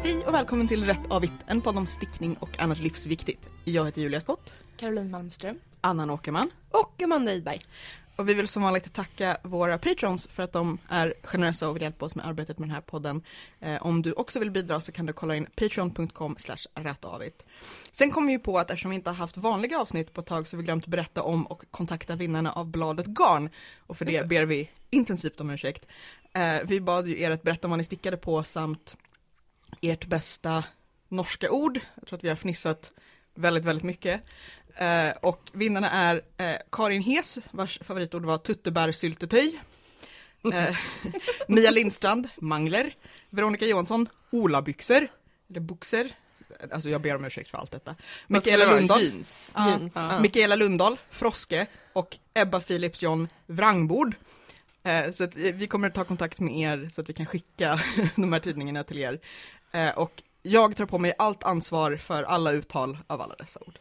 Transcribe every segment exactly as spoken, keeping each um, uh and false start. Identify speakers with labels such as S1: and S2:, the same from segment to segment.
S1: Hej och välkommen till Rätt av vitt, en podd om stickning och annat livsviktigt. Jag heter Julia Skott.
S2: Caroline Malmström.
S1: Anna Åkerman.
S2: Och Amanda Idberg.
S1: Och vi vill som vanligt tacka våra patrons för att de är generösa och vill hjälpa oss med arbetet med den här podden. Eh, om du också vill bidra så kan du kolla in patreon punkt com slash rättavit. Sen kom vi ju på att eftersom vi inte har haft vanliga avsnitt på ett tag så har vi glömt berätta om och kontakta vinnarna av bladet Garn. Och för det, det ber vi intensivt om ursäkt. Eh, vi bad ju er att berätta vad ni stickade på samt ert bästa norska ord. Jag tror att vi har fnissat väldigt, väldigt mycket. Uh, och vinnarna är uh, Karin Hes, vars favoritord var tuttebärsyltetöj. Uh, Mia Lindstrand, mangler. Veronica Johansson, olabyxor. Eller buxer. Alltså jag ber om ursäkt för allt detta. Mikaela Lundahl.
S3: Jeans.
S1: Uh,
S3: Jeans.
S1: uh. Mikaela Lundahl, Froske. Och Ebba Philipsson, Vrangbord. Uh, så att vi kommer att ta kontakt med er så att vi kan skicka de här tidningarna till er. Uh, och jag tar på mig allt ansvar för alla uttal av alla dessa ord.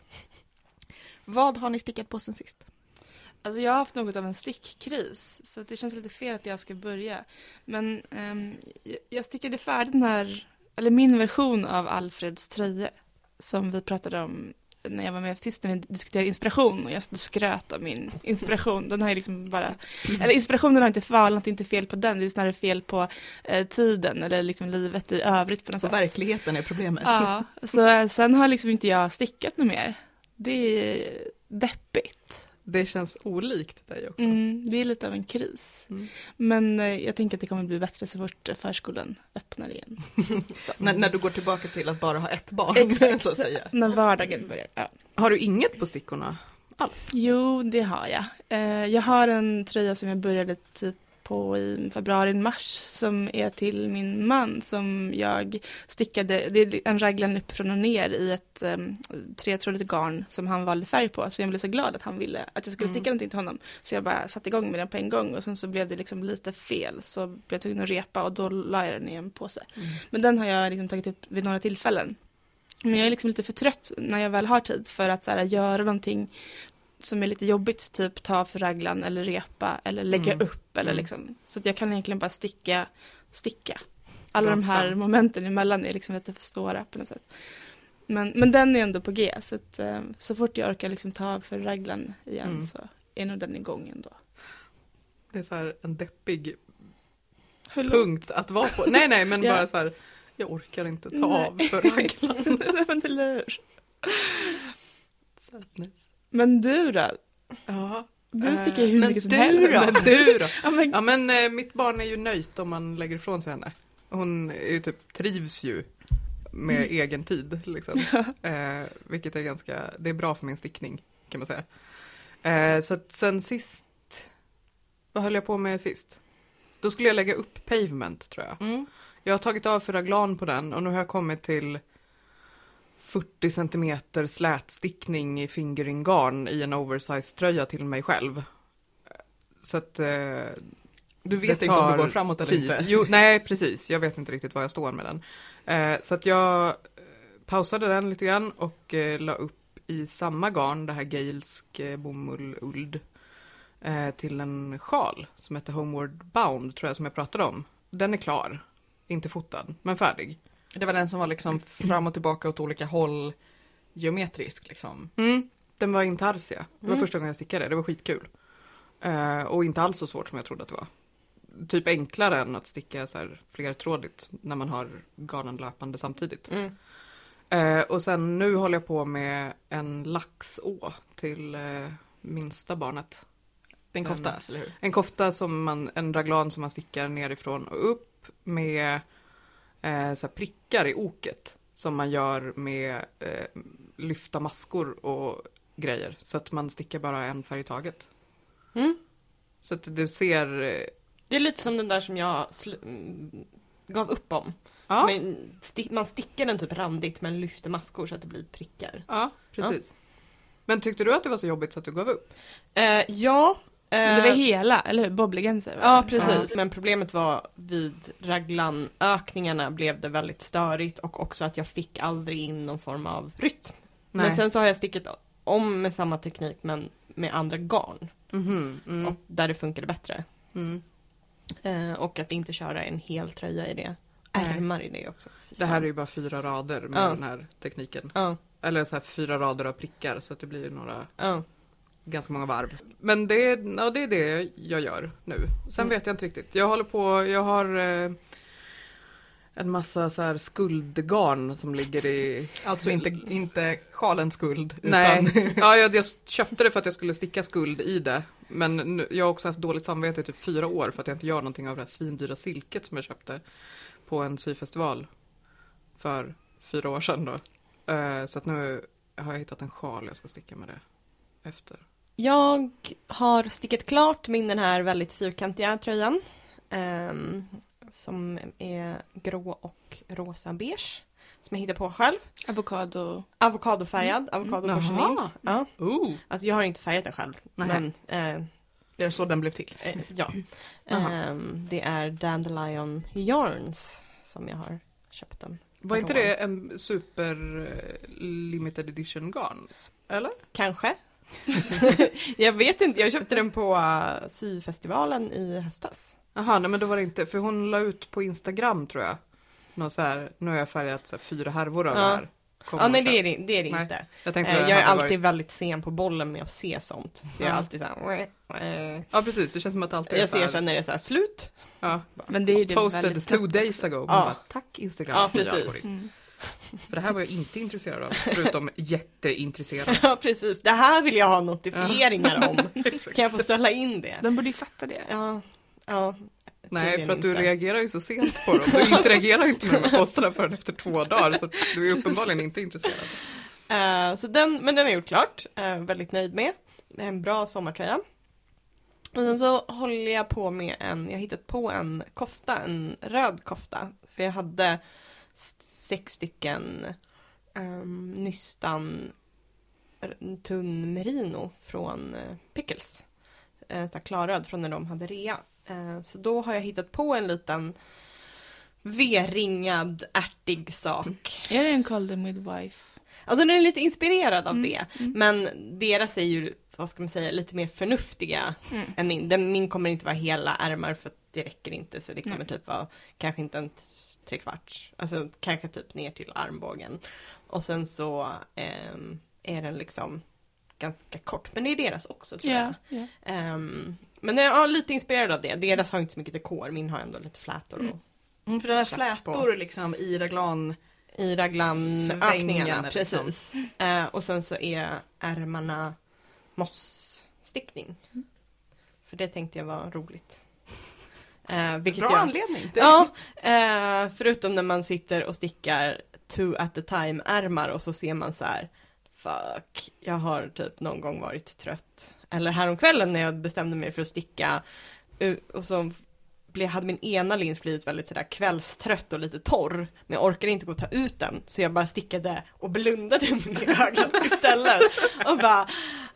S1: Vad har ni stickat på sen sist?
S2: Alltså jag har haft något av en stickkris, så det känns lite fel att jag ska börja. Men um, jag stickade färdigt den här, eller min version av Alfreds tröja som vi pratade om när jag var med sist när vi diskuterade inspiration och jag skröt av min inspiration. Den har ju liksom bara, eller inspirationen har inte fallit, inte fel på den, det är snarare fel på eh, tiden eller liksom livet i övrigt på något sätt.
S1: Och verkligheten är problemet.
S2: Ja, så sen har liksom inte jag stickat något mer. Det är deppigt.
S1: Det känns olikt dig också.
S2: Mm, det är lite av en kris. Mm. Men eh, jag tänker att det kommer bli bättre så fort förskolan öppnar igen.
S1: när, när du går tillbaka till att bara ha ett barn.
S2: Exakt,
S1: så att säga.
S2: När vardagen börjar. Ja.
S1: Har du inget på stickorna alls?
S2: Jo, det har jag. Eh, jag har en tröja som jag började typ på i februari-mars som är till min man som jag stickade, det är en raglan uppifrån och ner i ett um, tretrådigt garn som han valde färg på, så jag blev så glad att han ville att jag skulle sticka mm. någonting till honom, så jag bara satte igång med den på en gång och sen så blev det liksom lite fel, så blev jag tvungen att repa och då la jag den i en påse. Mm. Men den har jag liksom tagit upp vid några tillfällen, men jag är liksom lite för trött när jag väl har tid för att så här, göra någonting som är lite jobbigt, typ ta för raglan eller repa eller lägga mm. upp eller mm. liksom, så att jag kan egentligen bara sticka sticka. Alla de här momenten emellan är liksom lite för stora på något sätt. Men, men den är ändå på G, så att så fort jag orkar liksom ta för raglan igen mm. så är nog den igång ändå.
S3: Det är så här en deppig
S2: Hur
S3: punkt att vara på. Nej, nej, men
S2: ja.
S3: bara så här, jag orkar inte ta nej. av för raglan.
S2: Men det lör.
S3: Sadness.
S2: Men du då?
S3: Ja.
S2: Du sticker ju hur mycket som
S3: du
S2: helst.
S3: Då? Men du då?
S2: ja, men...
S3: ja, men eh, mitt barn är ju nöjt om man lägger ifrån sig henne. Hon är ju typ, trivs ju med mm. egen tid. Liksom. Ja. Eh, vilket är ganska, det är bra för min stickning kan man säga. Eh, så att sen sist, vad höll jag på med sist? Då skulle jag lägga upp pavement tror jag. Mm. Jag har tagit av för raglan på den och nu har jag kommit till fyrtio centimeter slätstickning i fingering garn i en oversize tröja till mig själv. Så att eh,
S1: du vet inte om du går framåt eller
S3: tid.
S1: inte.
S3: Jo, nej, precis. Jag vet inte riktigt var jag står med den. Eh, så att jag pausade den lite grann och eh, la upp i samma garn, det här gailsk eh, bomull uld eh, till en sjal som heter Homeward Bound tror jag som jag pratade om. Den är klar. Inte fotad, men färdig.
S1: Det var den som var liksom fram och tillbaka åt olika håll geometrisk liksom.
S3: Mm, den var intarsia. Det var
S1: mm.
S3: första gången jag stickade. Det var skitkul. Uh, och inte alls så svårt som jag trodde att det var. Typ enklare än att sticka så här flertrådigt när man har garnen löpande samtidigt. Mm. Uh, och sen nu håller jag på med en laxå till uh, minsta barnet.
S1: En kofta,
S3: en,
S1: eller hur?
S3: En kofta som man, en raglan som man stickar nerifrån och upp med Eh, så här prickar i oket som man gör med eh, lyfta maskor och grejer. Så att man stickar bara en färg i taget. Mm. Så att du ser... Eh...
S4: Det är lite som den där som jag sl- gav upp om.
S3: Ja.
S4: Man, sti- man stickar den typ randigt men lyfter maskor så att det blir prickar.
S3: Ja, precis. Ja. Men tyckte du att det var så jobbigt så att du gav upp?
S4: Eh, ja.
S2: Det var hela, eller hur? Boblegenser.
S4: Ja, precis. Ja. Men problemet var vid raglanökningarna blev det väldigt störigt och också att jag fick aldrig in någon form av rytm. Nej. Men sen så har jag stickat om med samma teknik men med andra garn. Mm-hmm. Mm. Och där det funkade bättre. Mm. Eh, och att inte köra en hel tröja i det. ärmar i det också. Fy
S3: Det här
S4: fan.
S3: är ju bara fyra rader med
S4: Ja.
S3: den här tekniken.
S4: Ja,
S3: Eller så här fyra rader av prickar så att det blir ju några,
S4: ja.
S3: ganska många varv. Men det, är- ja, det är det jag gör nu. Sen
S4: Mm.
S3: vet jag inte riktigt. Jag håller på, jag har eh, en massa så här skuldgarn som ligger i...
S1: Alltså inte, inte sjalens skuld.
S3: Nej,
S1: Utan,
S3: ja, jag, jag köpte det för att jag skulle sticka skuld i det. Men nu, jag har också haft dåligt samvete i typ fyra år för att jag inte gör någonting av det här svindyra silket som jag köpte på en syfestival för fyra år sedan då. Eh, så att nu har jag hittat en sjal jag ska sticka med det efter.
S4: Jag har stickat klart min den här väldigt fyrkantiga tröjan. ehm, som är grå och rosa beige. Som jag hittade på själv.
S2: Avokado.
S4: Avokadofärgad, avokado
S3: Jaha.
S4: chenille. Ja.
S3: Oh.
S4: Alltså jag har inte färgat den själv.
S1: Nähä.
S4: Men eh,
S1: det är så den blev till.
S4: eh, ja.
S3: Jaha.
S4: Ehm, det är Dandelion Yarns som jag har köpt den.
S3: Var inte det en super eh, limited edition garn? Eller?
S4: Kanske. Jag vet inte, jag köpte den på uh, syfestivalen i höstas.
S3: Jaha, nej men då var det inte, för hon la ut på Instagram tror jag. Någon så här, nu har jag färgat så här, fyra härvor av
S4: Ja.
S3: det här. Kom
S4: Ja,
S3: och
S4: nej
S3: köp.
S4: det är det, det, är det
S3: Nej,
S4: inte.
S3: Jag tänkte
S4: Eh,
S3: det
S4: jag är
S3: hade
S4: alltid
S3: varit...
S4: väldigt sen på bollen med att se sånt. Så jag är
S3: Ja.
S4: alltid såhär... Eh.
S3: Ja precis, det känns som att allt är
S4: Jag
S3: så här-
S4: ser sen när det är såhär slut.
S3: Ja.
S2: Men det är ju det
S3: Posted
S2: väldigt
S3: two
S2: snabbt.
S3: days ago. Man
S4: Ja.
S3: bara, tack Instagram.
S4: Ja,
S3: som jag
S4: precis.
S3: går in.
S2: Mm.
S3: För det här var jag inte intresserad av, förutom jätteintresserad.
S4: Ja, precis. Det här vill jag ha notifieringar om.
S3: Exakt.
S4: Kan jag få ställa in det?
S2: De borde ju fatta det.
S4: Ja. Ja.
S3: Nej,
S4: tydligen
S3: för att du
S4: inte.
S3: reagerar ju så sent på dem. Du interagerar ju inte med de här posterna förrän efter två dagar, så att du är uppenbarligen inte intresserad.
S4: Eh, så den, men den har jag gjort klart. Eh, väldigt nöjd med. Det är en bra sommartröja. Och sen så håller jag på med en, jag har hittat på en kofta, en röd kofta. För jag hade s- sex stycken um, nystan r- tunn merino från uh, Pickles. Uh, så här klarröd från när de hade rea. Eh, så då har jag hittat på en liten V-ringad ärtig sak.
S2: Är det en Call the Midwife?
S4: Alltså den är lite inspirerad av
S2: Mm,
S4: det.
S2: mm.
S4: Men deras är ju, vad ska man säga, lite mer förnuftiga
S2: Mm.
S4: än min. Den, min kommer inte vara hela ärmar för att det räcker inte. Så det kommer
S2: Nej.
S4: typ vara kanske inte en trekvarts. Alltså kanske typ ner till armbågen. Och sen så ehm, är den liksom ganska kort. Men det är deras också tror
S2: Ja,
S4: jag.
S2: ja.
S4: Ehm, men jag är lite inspirerad av det. Deras har inte så mycket dekor. Min har ändå lite flätor och
S1: Mm, för den här
S4: Plats på.
S1: flätor liksom i raglan.
S4: i raglanökningarna,
S1: Svängen, liksom.
S4: precis. Eh, och sen så är ärmarna mossstickning. För det tänkte jag var roligt. Eh, vilket
S1: Bra
S4: jag,
S1: anledning. Det-
S4: Ja, eh, förutom när man sitter och stickar two at a time ärmar och så ser man så här, fuck, jag har typ någon gång varit trött. Eller häromkvällen när jag bestämde mig för att sticka uh, och så blev, hade min ena lins blivit väldigt sådär kvällstrött och lite torr. Men jag orkade inte gå och ta ut den. Så jag bara stickade och blundade med ögat istället. Och bara,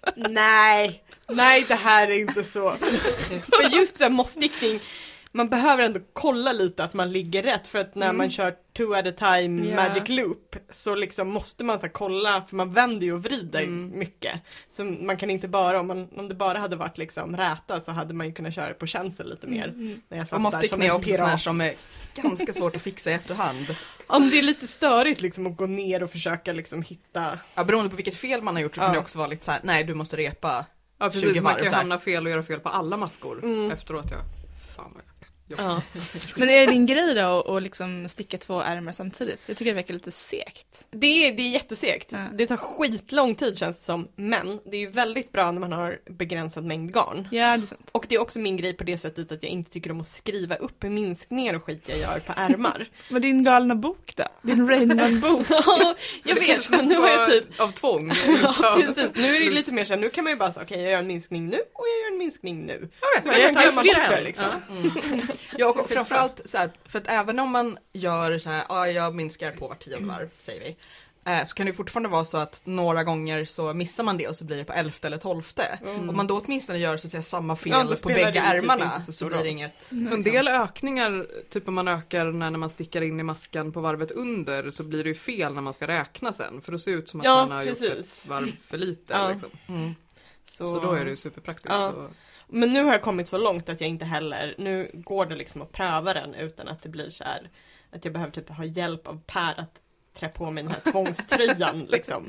S4: nej, nej det här är inte så. För just så här mossstickning, man behöver ändå kolla lite att man ligger rätt. För att när
S1: Mm.
S4: man kör two at a time
S2: Ja.
S4: magic loop så liksom måste man så här kolla, för man vänder ju och vrider
S3: Mm.
S4: mycket. Så man kan inte bara, om, man, om det bara hade varit liksom räta så hade man ju kunnat köra det på känsel lite mer.
S2: Mm.
S4: När jag satt
S1: Och
S4: där
S1: mossstickning
S4: som
S1: är
S4: en
S1: också sån här
S4: pirat.
S1: som är ganska svårt att fixa i efterhand.
S4: Om det är lite störigt liksom att gå ner och försöka liksom hitta.
S1: Ja, beroende på vilket fel man har gjort så kan
S4: Ja.
S1: det också vara lite så här: nej du måste repa.
S3: Ja precis,
S1: tjugo
S3: man
S1: varv,
S3: kan ju
S1: så här.
S3: hamna fel och göra fel på alla maskor
S4: Mm.
S3: efteråt. Ja. Fan vad jag...
S4: Ja.
S2: Men är det din grej då att att liksom sticka två ärmar samtidigt? Jag tycker det verkar lite segt.
S4: Det är, det är jättesegt.
S2: Ja.
S4: Det tar skitlång tid känns det som. Men det är ju väldigt bra när man har begränsad mängd garn.
S2: Ja, det är sant.
S4: Och det är också min grej på det sättet att jag inte tycker om att skriva upp minskningar och skit jag gör på ärmar.
S2: Men din galna bok då? Din Rainman-bok?
S4: Ja, jag
S3: Det
S4: vet,
S3: kanske
S4: men nu har jag
S3: var
S4: typ
S3: av tvång.
S4: ja, precis. Nu är det lite mer så här, nu kan man ju bara säga, okej okay, jag gör en minskning nu och jag gör en minskning nu.
S3: Jag vet,
S4: Så
S3: men
S4: jag
S3: jag
S4: kan
S3: tar
S4: glömma
S3: fel
S4: bort det liksom.
S1: Mm. Ja, och framförallt så här, för att även om man gör så här, ja jag minskar på var tionde varv, säger vi. Eh, så kan det fortfarande vara så att några gånger så missar man det och så blir det på elfte eller tolfte.
S4: Mm.
S1: Om man då åtminstone gör så att säga samma fel
S4: Ja, då
S1: på
S4: spelar
S1: bägge
S4: det ju typ
S1: ärmarna
S4: inte så
S1: så,
S4: stor
S1: blir det
S4: roll.
S1: inget.
S3: En del ökningar, typ om man ökar när, när man stickar in i maskan på varvet under, så blir det ju fel när man ska räkna sen. För det ser ut som att
S4: Ja,
S3: man har
S4: precis.
S3: gjort ett varv för lite.
S4: Ja.
S3: Liksom.
S1: Mm.
S3: Så, så då är det ju superpraktiskt.
S4: Ja.
S3: Och...
S4: Men nu har jag kommit så långt att jag inte heller, nu går det liksom att pröva den utan att det blir så här, att jag behöver typ ha hjälp av Per att trä på mig den här tvångströjan liksom.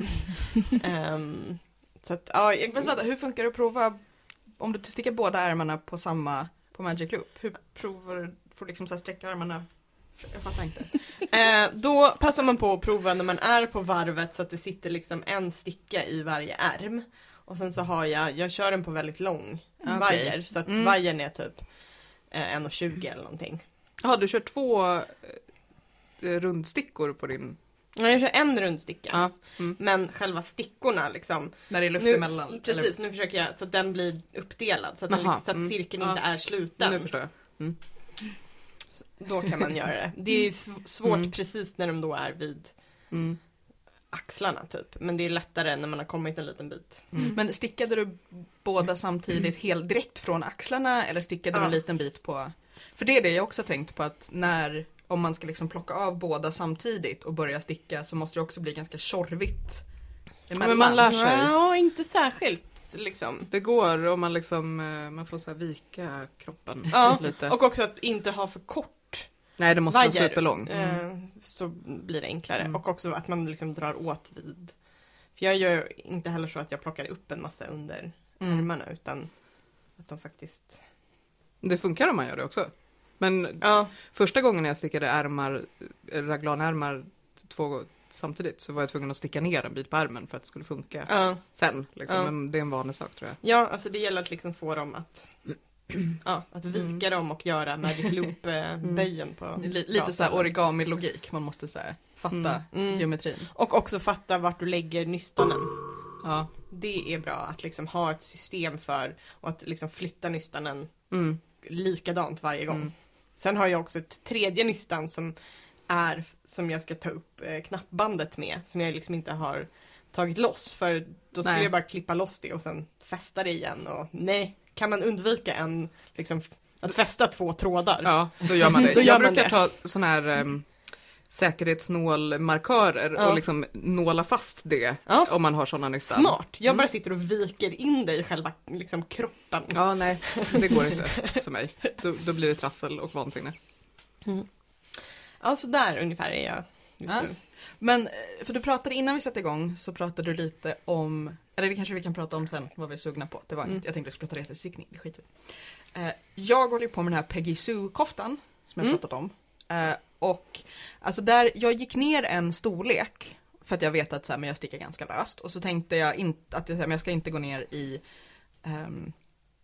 S4: Um, så att, ja, jag...
S1: Men vänta, hur funkar det att prova om du sticker båda ärmarna på samma, på Magic Loop? Hur provar du, får du liksom så här sträcka armarna? Jag fattar inte.
S4: Eh, då passar man på att prova när man är på varvet så att det sitter liksom en sticka i varje ärm. Och sen så har jag, jag kör den på väldigt lång
S1: Okay.
S4: vajer. Så att
S1: Mm.
S4: vajern är typ eh, en komma tjugo eller någonting.
S3: Ja, du kör två eh, rundstickor på din...
S4: Ja, jag kör en rundsticka.
S3: Ja. Mm.
S4: Men själva stickorna liksom.
S1: När det är luft
S4: Nu,
S1: emellan?
S4: precis,
S1: eller?
S4: nu försöker jag så att den blir uppdelad. Så att, den,
S3: Aha,
S4: liksom, så att
S3: mm.
S4: cirkeln
S3: Ja.
S4: inte är sluten.
S3: Nu förstår jag. Mm.
S4: Då kan man göra det. Det är sv- svårt
S3: Mm.
S4: precis när de då är vid
S3: Mm.
S4: axlarna typ. Men det är lättare när man har kommit en liten bit.
S1: Mm. Men stickade du båda samtidigt helt direkt från axlarna eller stickade du
S4: Ja.
S1: en liten bit på? För det är det jag också tänkt på, att när, om man ska liksom plocka av båda samtidigt och börja sticka så måste det också bli ganska tjorvigt emellan.
S3: men man lär sig.
S4: Ja, inte särskilt liksom.
S3: Det går om man liksom, eh, man får så här vika kroppen
S4: Ja,
S3: lite.
S4: och också att inte ha för kort
S3: Nej, det måste
S4: vajer.
S3: vara superlång.
S4: Eh, så blir det enklare.
S3: Mm.
S4: Och också att man liksom drar åt vid. För jag gör inte heller så att jag plockar upp en massa under
S1: Mm.
S4: ärmarna utan att de faktiskt...
S3: Det funkar om man gör det också. Men
S4: Ja,
S3: första gången jag stickade ärmar, raglanärmar två samtidigt så var jag tvungen att sticka ner en bit på ärmen för att det skulle funka
S4: ja,
S3: sen. Liksom.
S4: Ja.
S3: Men det är en vanlig sak tror jag.
S4: ja, alltså det gäller att liksom få dem att ja, att vika
S3: Mm.
S4: dem och göra Magic Loop-böjen på
S1: Li-
S4: bra
S1: lite så här
S4: ställen.
S1: origami-logik, man måste så här fatta
S3: Mm.
S4: Mm.
S1: geometrin.
S4: Och också fatta vart du lägger nystanen.
S3: Ja.
S4: Det är bra att liksom ha ett system för och att liksom flytta nystanen
S3: Mm.
S4: likadant varje gång.
S3: Mm.
S4: Sen har jag också ett tredje nystan som är som jag ska ta upp eh, knappbandet med som jag liksom inte har tagit loss för då skulle
S3: Nej.
S4: jag bara klippa loss det och sen fästa det igen och nej, kan man undvika en liksom att fästa två trådar?
S3: Ja, då gör man det.
S4: Då gör
S3: jag
S4: man
S3: brukar
S4: det.
S3: ta sån här um, säkerhetsnålmarkörer
S4: Ja.
S3: och liksom nåla fast det
S4: Ja.
S3: om man har såna nystan.
S4: Smart! Jag
S3: Mm.
S4: bara sitter och viker in det i själva liksom, kroppen.
S3: Ja, nej, det går inte för mig. Då, då blir det trassel och vansinne.
S4: Ja, så där ungefär är jag just
S1: Ja.
S4: nu.
S1: Men, eh, för du pratade innan vi satte igång så pratade du lite om, eller det kanske vi kan prata om sen, vad vi är sugna på. Det var
S4: Mm.
S1: inte, jag tänkte att jag skulle prata retestickning, det skiter vi i. eh, Jag håller ju på med den här Peggy Sue-koftan som jag
S4: Mm.
S1: pratat om. Eh, och alltså där, jag gick ner en storlek för att jag vet att så här, men jag stickar ganska löst. Och så tänkte jag inte att jag, men jag ska inte gå ner i ehm,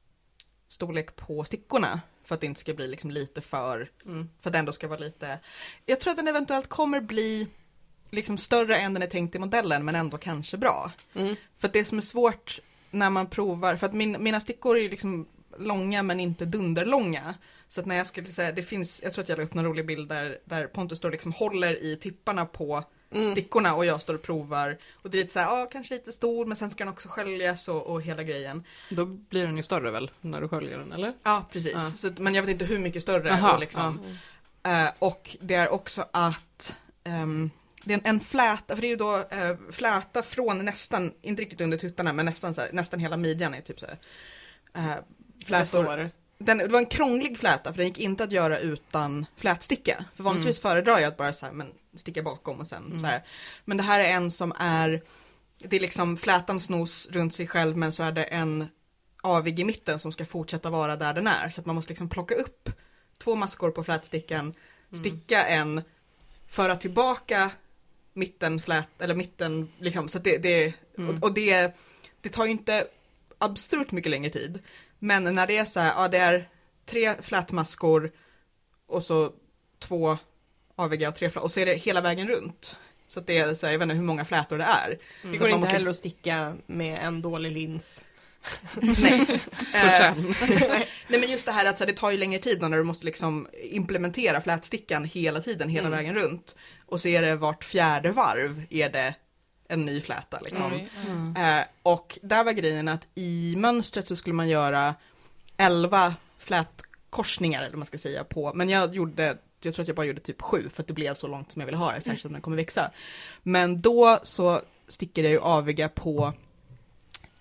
S1: storlek på stickorna. För att det inte ska bli liksom lite för,
S3: Mm.
S1: för att det ändå ska vara lite, jag tror att den eventuellt kommer bli liksom större än den är tänkt i modellen men ändå kanske bra.
S4: Mm.
S1: För att det som är svårt när man provar, för att min, mina stickor är ju liksom långa men inte dunderlånga. Så att när jag skulle säga, det finns, jag tror att jag la upp några roliga bilder där Pontus står och liksom håller i tipparna på
S4: Mm.
S1: stickorna och jag står och provar. Och det är lite så här, ja kanske lite stor men sen ska den också sköljas och, och hela grejen.
S3: Då blir den ju större väl när du sköljer den, eller?
S1: Ja, precis.
S3: Ja.
S1: Så, att- men jag vet inte hur mycket större.
S3: Aha,
S1: och, liksom, eh, och det är också att ehm, det är en, en fläta, för det är ju då eh, fläta från nästan, inte riktigt under tuttarna, men nästan, så här, nästan hela midjan är typ så här. Eh, flätor.
S4: Flätor.
S1: Den, det var en krånglig fläta för den gick inte att göra utan flätsticka. För vanligtvis föredrar jag att bara så här, men sticka bakom och sen
S3: Mm.
S1: så här. Men det här är en som är, det är liksom flätan snos runt sig själv men så är det en avig i mitten som ska fortsätta vara där den är. Så att man måste liksom plocka upp två maskor på flätstickan, sticka en, föra tillbaka mitten flät, eller mitten liksom, så att det, det
S3: Mm.
S1: och, och det, det tar ju inte absurt mycket längre tid. Men när det är så här, ja det är tre flätmaskor och så två aviga och tre flät, och så är det hela vägen runt. Så att det är så här, jag vet inte hur många flätor det är.
S4: Det
S1: Så
S4: går
S1: att man
S4: inte
S1: måste
S4: heller att sticka med en dålig lins.
S1: Nej.
S3: Och
S1: Eh,
S3: sen.
S1: Nej men just det här att så här, det tar ju längre tid när du måste liksom implementera flätstickan hela tiden, hela
S4: Mm.
S1: vägen runt. Och så är det vart fjärde varv är det en ny fläta liksom.
S2: Oj, ja.
S3: Mm.
S1: Eh, och där var grejen att i mönstret så skulle man göra elva flätkorsningar eller vad man ska säga på, men jag gjorde, jag tror att jag bara gjorde typ sju för att det blev så långt som jag ville ha det, särskilt om den kommer växa. Men då så sticker jag ju aviga på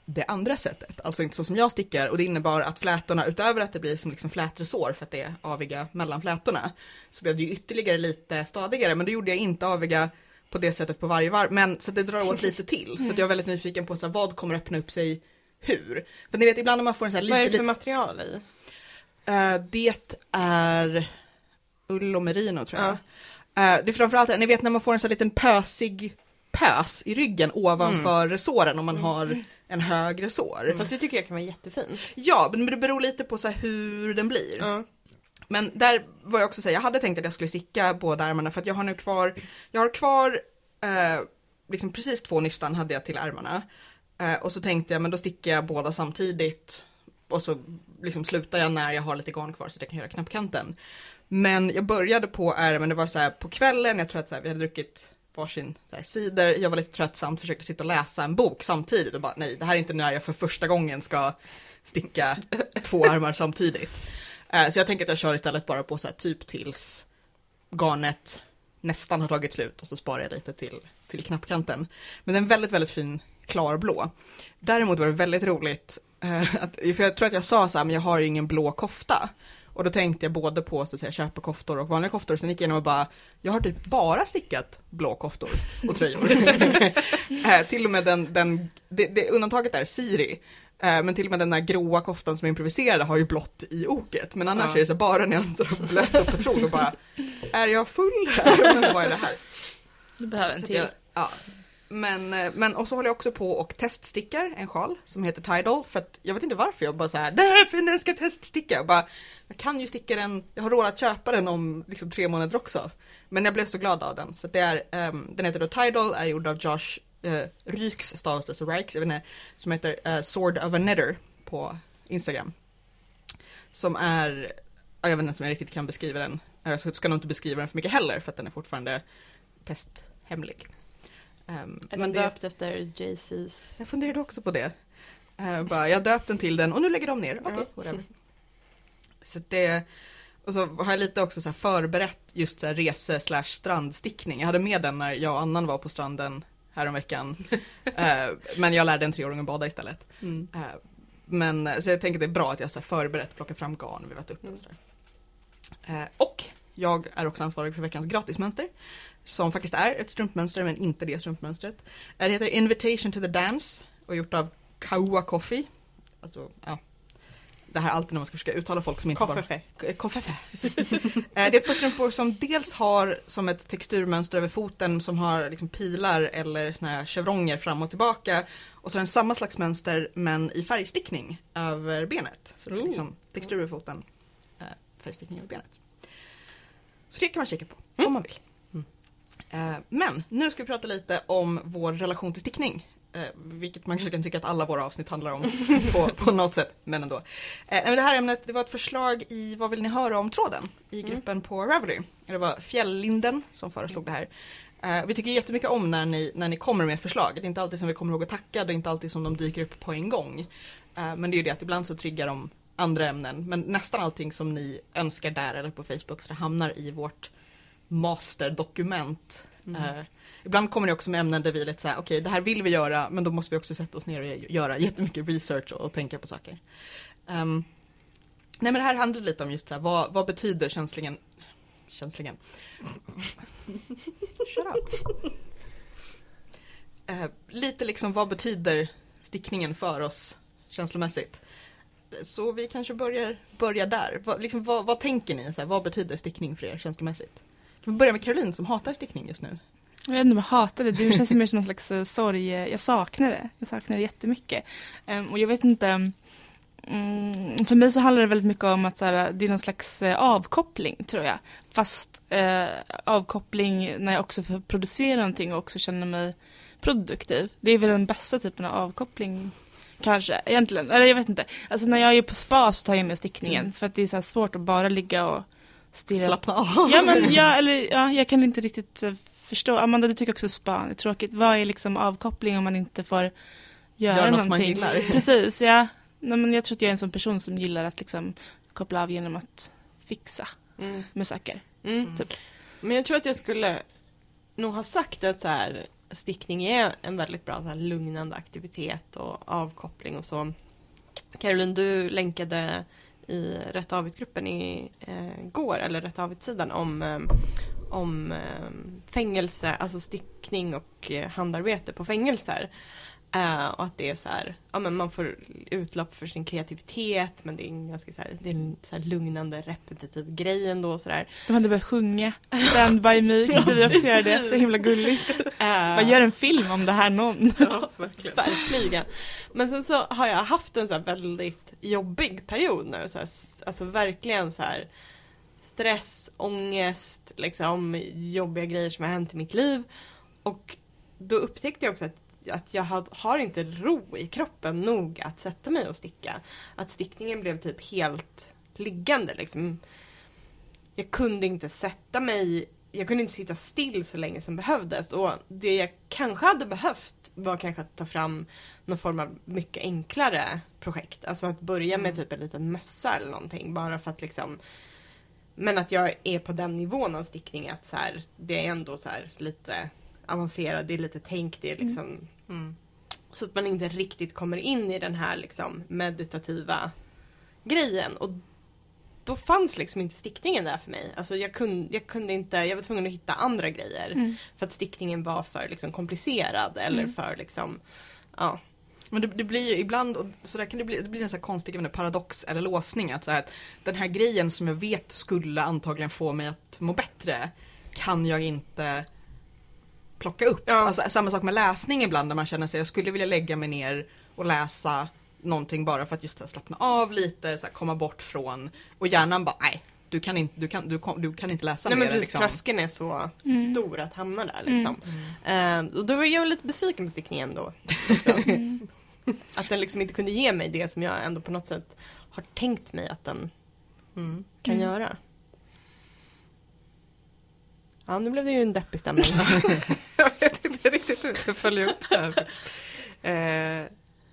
S1: det andra sättet, alltså inte så som jag stickar, och det innebar att flätorna, utöver att det blir som liksom flätresår för att det är aviga mellan flätorna, så blev det ju ytterligare lite stadigare, men då gjorde jag inte aviga på det sättet på varje varv, men så det drar åt lite till, så att jag är väldigt nyfiken på så här, vad kommer öppna upp sig hur. För ni vet, ibland när man får en så här lite...
S4: Vad är det för
S1: lite,
S4: material i?
S1: Uh, det är ull och merino tror jag. Ja. Uh, det är framförallt, ni vet när man får en så här liten pösig pös i ryggen ovanför mm. resåren om man har en hög resår.
S4: Mm. Fast det tycker jag kan vara jättefin.
S1: Ja, men det beror lite på så här hur den blir.
S4: Mm.
S1: Men där var jag också säga, jag hade tänkt att jag skulle sticka båda ärmarna för att jag har nu kvar, jag har kvar eh, liksom precis två nystan hade jag till ärmarna. Eh, och så tänkte jag, men då stickar jag båda samtidigt och så liksom slutar jag när jag har lite garn kvar så att jag kan göra knappkanten. Men jag började på ärmen, det var så här på kvällen, jag tror att så här, vi hade druckit varsin så här, cider, jag var lite tröttsamt, försökte sitta och läsa en bok samtidigt och bara nej, det här är inte när jag för första gången ska sticka två armar samtidigt. Uh, så jag tänker att jag kör istället bara på så här, typ tills garnet nästan har tagit slut och så sparar jag lite till, till knappkanten. Men den är väldigt, väldigt fin klarblå. Däremot var det väldigt roligt, uh, att, för jag tror att jag sa så här, men jag har ju ingen blå kofta. Och då tänkte jag både på så att säga, köpekoftor och vanliga koftor. Sen gick jag igenom och bara, jag har typ bara stickat blå koftor och tröjor. eh, till och med den, den det, det undantaget är Siri. Eh, men till och med den där gråa koftan som jag improviserade har ju blått i oket. Men annars ja. är det så bara nyanser och blött och patron och bara, är jag full här? Vad är det här?
S2: Du behöver en till.
S1: Jag, ja. Men, men och så håller jag också på och teststickar en sjal som heter Tidal, för att jag vet inte varför jag bara så här, därför den ska teststicka. Jag bara, jag kan ju sticka den, jag har råd att köpa den om liksom tre månader också. Men jag blev så glad av den. Så det är, um, den heter då Tidal, är gjord av Josh uh, Ryks, stavas det så Rykes, jag vet inte, som heter uh, Sword of a Knitter på Instagram. Som är, jag vet inte om jag riktigt kan beskriva den. Jag ska, ska nog inte beskriva den för mycket heller, för att den är fortfarande testhemlig. Um,
S4: är den
S1: det,
S4: döpt efter J C's?
S1: Jag funderade också på det. Uh, bara, jag döpte den till den och nu lägger de ner. Okej, okay, whatever. Så det, och så har jag lite också så här förberett just så här rese slash strandstickning. Jag hade med den när jag och Annan var på stranden häromveckan. uh, men jag lärde en treåring att bada istället. Mm. Uh, men så jag tänker att det är bra att jag så här förberett, plockat fram garn och vevat upp och sådär. Uh, och jag är också ansvarig för veckans gratismönster. Som faktiskt är ett strumpmönster, men inte det strumpmönstret. Det heter Invitation to the Dance och gjort av Kaua Coffee. Alltså, ja. Det här är alltid när man ska försöka uttala folk som inte
S4: Koffefe.
S1: bara... Koffefe. Det är ett par strumpor som dels har som ett texturmönster över foten som har liksom pilar eller såna här chevronger fram och tillbaka. Och så är den samma slags mönster men i färgstickning över benet. Så det är liksom textur över foten, färgstickning över benet. Så det kan man kika på mm. om man vill. Men nu ska vi prata lite om vår relation till stickning. Vilket man kanske kan tycka att alla våra avsnitt handlar om på, på något sätt. Men ändå. Men det här ämnet, det var ett förslag i Vad vill ni höra om tråden? I gruppen mm. på Ravelry. Det var Fjällinden som föreslog det här. Vi tycker jättemycket om när ni, när ni kommer med förslag. Det är inte alltid som vi kommer ihåg att tacka. Det är inte alltid som de dyker upp på en gång. Men det är ju det att ibland så triggar de andra ämnen. Men nästan allting som ni önskar där eller på Facebook så det hamnar i vårt masterdokument. Mm. Uh, ibland kommer det också med ämnen där vi är lite såhär, okej okay, det här vill vi göra, men då måste vi också sätta oss ner och göra jättemycket research och, och tänka på saker. Um, nej men det här handlar lite om just så här, vad, vad betyder känslingen känslingen shut up uh, lite liksom vad betyder stickningen för oss känslomässigt. Så vi kanske börjar, börjar där. Vad, liksom, vad, vad tänker ni? Så här, vad betyder stickning för er känslomässigt? Kan vi börja med Caroline som hatar stickning just nu?
S2: Jag vet inte om jag hatar det. Det känns mer som någon slags uh, sorg. Jag saknar det. Jag saknar det jättemycket. Um, och jag vet inte... Um, för mig så handlar det väldigt mycket om att så här, det är någon slags uh, avkoppling, tror jag. Fast uh, avkoppling när jag också får producera någonting och också känner mig produktiv. Det är väl den bästa typen av avkoppling kanske, egentligen. Eller jag vet inte. Alltså när jag är på spa så tar jag med stickningen. Mm. För att det är så här svårt att bara ligga och stirra.
S1: Slappna av.
S2: Ja, men jag, eller, ja, jag kan inte riktigt uh, förstå. Amanda, du tycker också spa är tråkigt. Vad är liksom avkoppling om man inte får göra,
S1: göra något
S2: någonting?
S1: Man gillar.
S2: Precis, ja. Nej, men jag tror att jag är en sån person som gillar att liksom koppla av genom att fixa mm. med saker.
S4: Mm. Typ. Men jag tror att jag skulle nog ha sagt att så här, stickning är en väldigt bra så här, lugnande aktivitet och avkoppling och så. Caroline, du länkade i Rätt Avigt-gruppen i eh, går, eller Rätt Avigt-sidan om, eh, om eh, fängelse, alltså stickning och eh, handarbete på fängelser. Uh, och att det är så här, ja men man får utlopp för sin kreativitet, men det är en ganska så här, det är en så här lugnande, repetitiv grej ändå och så där.
S2: De hade börjat sjunga Stand by me, kan vi också göra det? Så himla gulligt. Uh, man gör en film om det här någon.
S4: Ja, verkligen. Verkligen. Men sen så har jag haft en så här väldigt jobbig period nu, så här, alltså verkligen så här stress, ångest, liksom jobbiga grejer som har hänt i mitt liv, och då upptäckte jag också att att jag had, har inte ro i kroppen nog att sätta mig och sticka. Att stickningen blev typ helt liggande. Liksom. Jag kunde inte sätta mig, jag kunde inte sitta still så länge som behövdes. Och det jag kanske hade behövt var kanske att ta fram någon form av mycket enklare projekt. Alltså att börja med typ en liten mössa eller någonting. Bara för att liksom... Men att jag är på den nivån av stickning att så här, det är ändå så här lite... avancerad, det är lite tänk, det är liksom mm. så att man inte riktigt kommer in i den här liksom meditativa grejen, och då fanns liksom inte stickningen där för mig. Alltså jag kunde, jag kunde inte, jag var tvungen att hitta andra grejer mm. för att stickningen var för liksom komplicerad eller mm. för liksom, ja.
S1: Men det, det blir ju ibland, och så där kan det bli, det blir en så här konstig även, paradox eller låsning, att så här, den här grejen som jag vet skulle antagligen få mig att må bättre kan jag inte plocka upp. Ja. Alltså, samma sak med läsning ibland, där man känner sig, jag skulle vilja lägga mig ner och läsa någonting bara för att just här, slappna av lite, så här, komma bort från, och hjärnan bara, nej, du kan inte, du kan, du, du kan inte läsa
S4: nej,
S1: mer.
S4: Men precis,
S1: liksom.
S4: Tröskeln är så mm. stor att hamna där. Liksom. Mm. Uh, och då var jag lite besviken på stickningen då. Mm. Att den liksom inte kunde ge mig det som jag ändå på något sätt har tänkt mig att den mm. kan mm. göra. Ja, nu blev det ju en deppig stämning.
S3: Jag vet inte riktigt hur jag ska följa upp det här. Eh.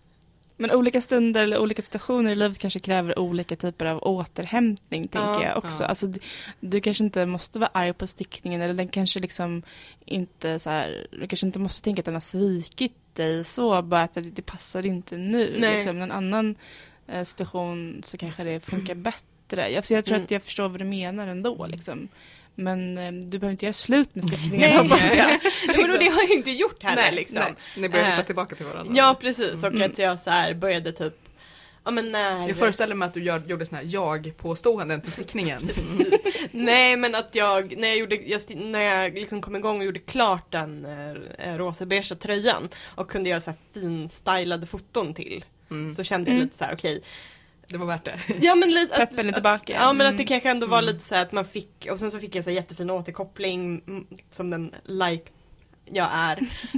S2: Men olika stunder eller olika situationer i livet kanske kräver olika typer av återhämtning, tänker ja, jag också. Ja. Alltså, du, du kanske inte måste vara arg på stickningen, eller den kanske liksom inte så här, du kanske inte måste tänka att den har svikit dig så, bara att det, det passar inte nu. Liksom. En annan eh, situation så kanske det funkar mm. bättre. Alltså, jag tror mm. att jag förstår vad du menar ändå, liksom. Men eh, du behöver inte göra slut med stickningen.
S4: Nej, nej. Men det har jag inte gjort heller.
S3: Nej,
S4: liksom.
S3: nej. Ni börjar hitta tillbaka till varandra.
S4: Ja, precis. Och mm. att jag så här började typ... Ja, men när...
S1: Jag föreställer mig att du gör, gjorde såna här jag-påståenden till stickningen.
S4: Nej, men att jag... När jag, gjorde, jag, när jag liksom kom igång och gjorde klart den äh, rosa-beige tröjan och kunde göra så här fin stylade foton till, mm. så kände jag lite så här, okej... Okay,
S1: det var värt det.
S4: Ja, men lite att,
S2: peppen är tillbaka.
S4: Ja, men att det kanske ändå var lite så här att man fick, och sen så fick jag så här jättefin återkoppling som den like jag är.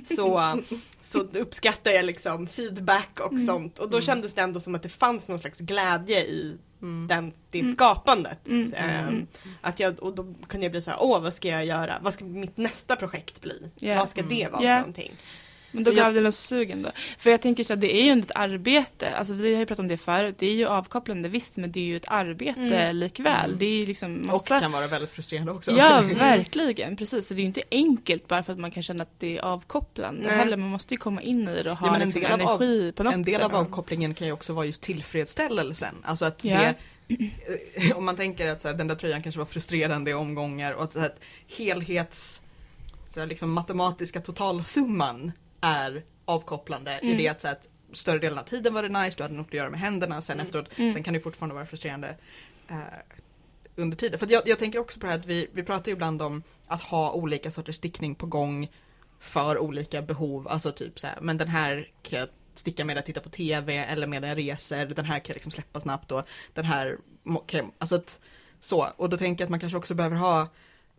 S4: Så så uppskattar jag liksom feedback och mm. sånt, och då kändes det ändå som att det fanns någon slags glädje i mm. den det skapandet. Mm. Mm. Att jag, och då kunde jag bli så här, åh, vad ska jag göra? Vad ska mitt nästa projekt bli? Yeah. Vad ska det vara
S2: yeah.
S4: för någonting?
S2: Men då gav det något sugen då. För jag tänker så att det är ju ett arbete. Alltså vi har ju pratat om det förut. Det är ju avkopplande, visst, men det är ju ett arbete mm. likväl. Det är ju liksom massa...
S1: Och kan vara väldigt frustrerande också.
S2: Ja, verkligen. Precis. Så det är ju inte enkelt bara för att man kan känna att det är avkopplande. Heller, man måste ju komma in i det och ha ja, liksom energi av, på något
S1: En del
S2: sätt.
S1: av avkopplingen kan ju också vara just tillfredsställelsen. Alltså att ja. det... Om man tänker att så här, den där tröjan kanske var frustrerande i omgångar, och att, så här, att helhets... Så här, liksom matematiska totalsumman är avkopplande mm. i det att, så att större delen av tiden var det nice, du hade något att göra med händerna, sen mm. efteråt, mm. sen kan det fortfarande vara frustrerande eh, under tiden. För jag, jag tänker också på det här att vi, vi pratar ju ibland om att ha olika sorters stickning på gång för olika behov, alltså typ så här, men den här kan jag sticka med att titta på tv eller med en reser, den här kan jag liksom släppa snabbt, och den här kan jag, alltså att, så, och då tänker jag att man kanske också behöver ha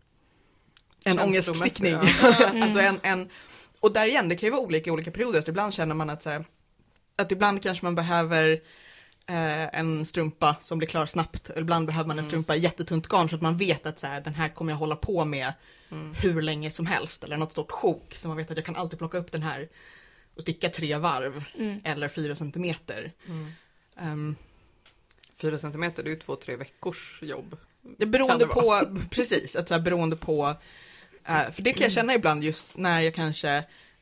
S1: en ångeststickning. Ja. Mm. Alltså en, en och där igen, det kan ju vara olika olika perioder. Att ibland känner man att, så här, att ibland kanske man behöver eh, en strumpa som blir klar snabbt. Eller ibland behöver man en strumpa i jättetunt garn så att man vet att så här, den här kommer jag hålla på med mm. hur länge som helst. Eller något stort sjok så man vet att jag kan alltid plocka upp den här och sticka tre varv. Mm. Eller fyra centimeter. Mm. Um,
S3: fyra centimeter, det är ju två, tre veckors jobb.
S1: Det beroende det på, precis, att så här, beroende på... Uh, för det kan jag känna ibland just när jag kanske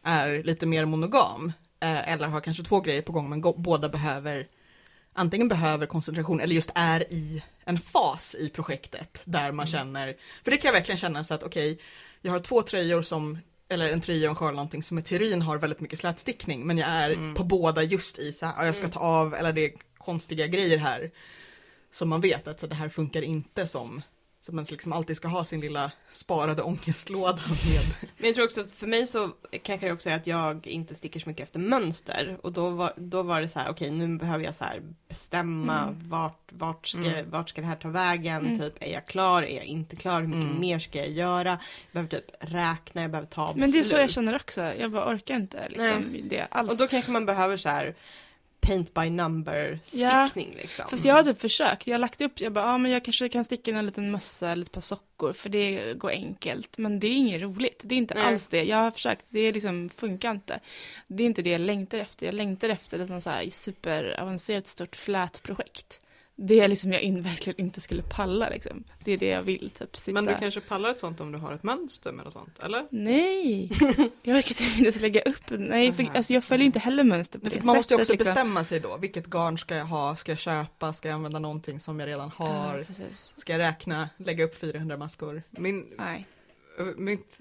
S1: är lite mer monogam eh, eller har kanske två grejer på gång men go- båda behöver antingen behöver koncentration eller just är i en fas i projektet där man mm. känner, för det kan jag verkligen känna så att okej, okay, jag har två tröjor som, eller en tröja och en sjal någonting som i teorin har väldigt mycket slätstickning men jag är mm. på båda just i så här, jag ska ta av eller det är konstiga grejer här som man vet att så det här funkar inte som så man liksom alltid ska ha sin lilla sparade ångestlåda med.
S4: Men jag tror också att för mig så kanske det också är att jag inte sticker så mycket efter mönster. Och då var, då var det så här, okej okay, nu behöver jag så här bestämma mm. vart, vart, ska, mm. vart ska det här ta vägen. Mm. Typ, är jag klar? Är jag inte klar? Hur mycket mm. mer ska jag göra? Jag behöver typ räkna, jag behöver ta beslut.
S2: Men det är så jag känner också. Jag bara orkar inte liksom, det alls.
S4: Och då kanske man behöver så här paint by number stickning ja. Liksom.
S2: Fast jag har typ försökt. Jag har lagt upp, jag bara, ja men jag kanske kan sticka en liten mössa eller ett par sockor för det går enkelt. Men det är inget roligt. Det är inte Nej. alls det. Jag har försökt, det är liksom, funkar inte. Det är inte det jag längtar efter. Jag längtar efter ett så här superavancerat stort flätprojekt. Det är liksom jag in, verkligen inte skulle palla liksom. Det är det jag vill typ sitta.
S3: Men du kanske pallar ett sånt om du har ett mönster med och sånt, eller?
S2: Nej, jag orkar typ inte lägga upp. Nej, för, alltså jag följer inte heller mönster på det
S1: Man måste ju också
S2: liksom.
S1: bestämma sig då. Vilket garn ska jag ha? Ska jag köpa? Ska jag använda någonting som jag redan har? Ja, ska jag räkna? Lägga upp fyrahundra maskor?
S3: Min,
S2: Nej.
S3: Mitt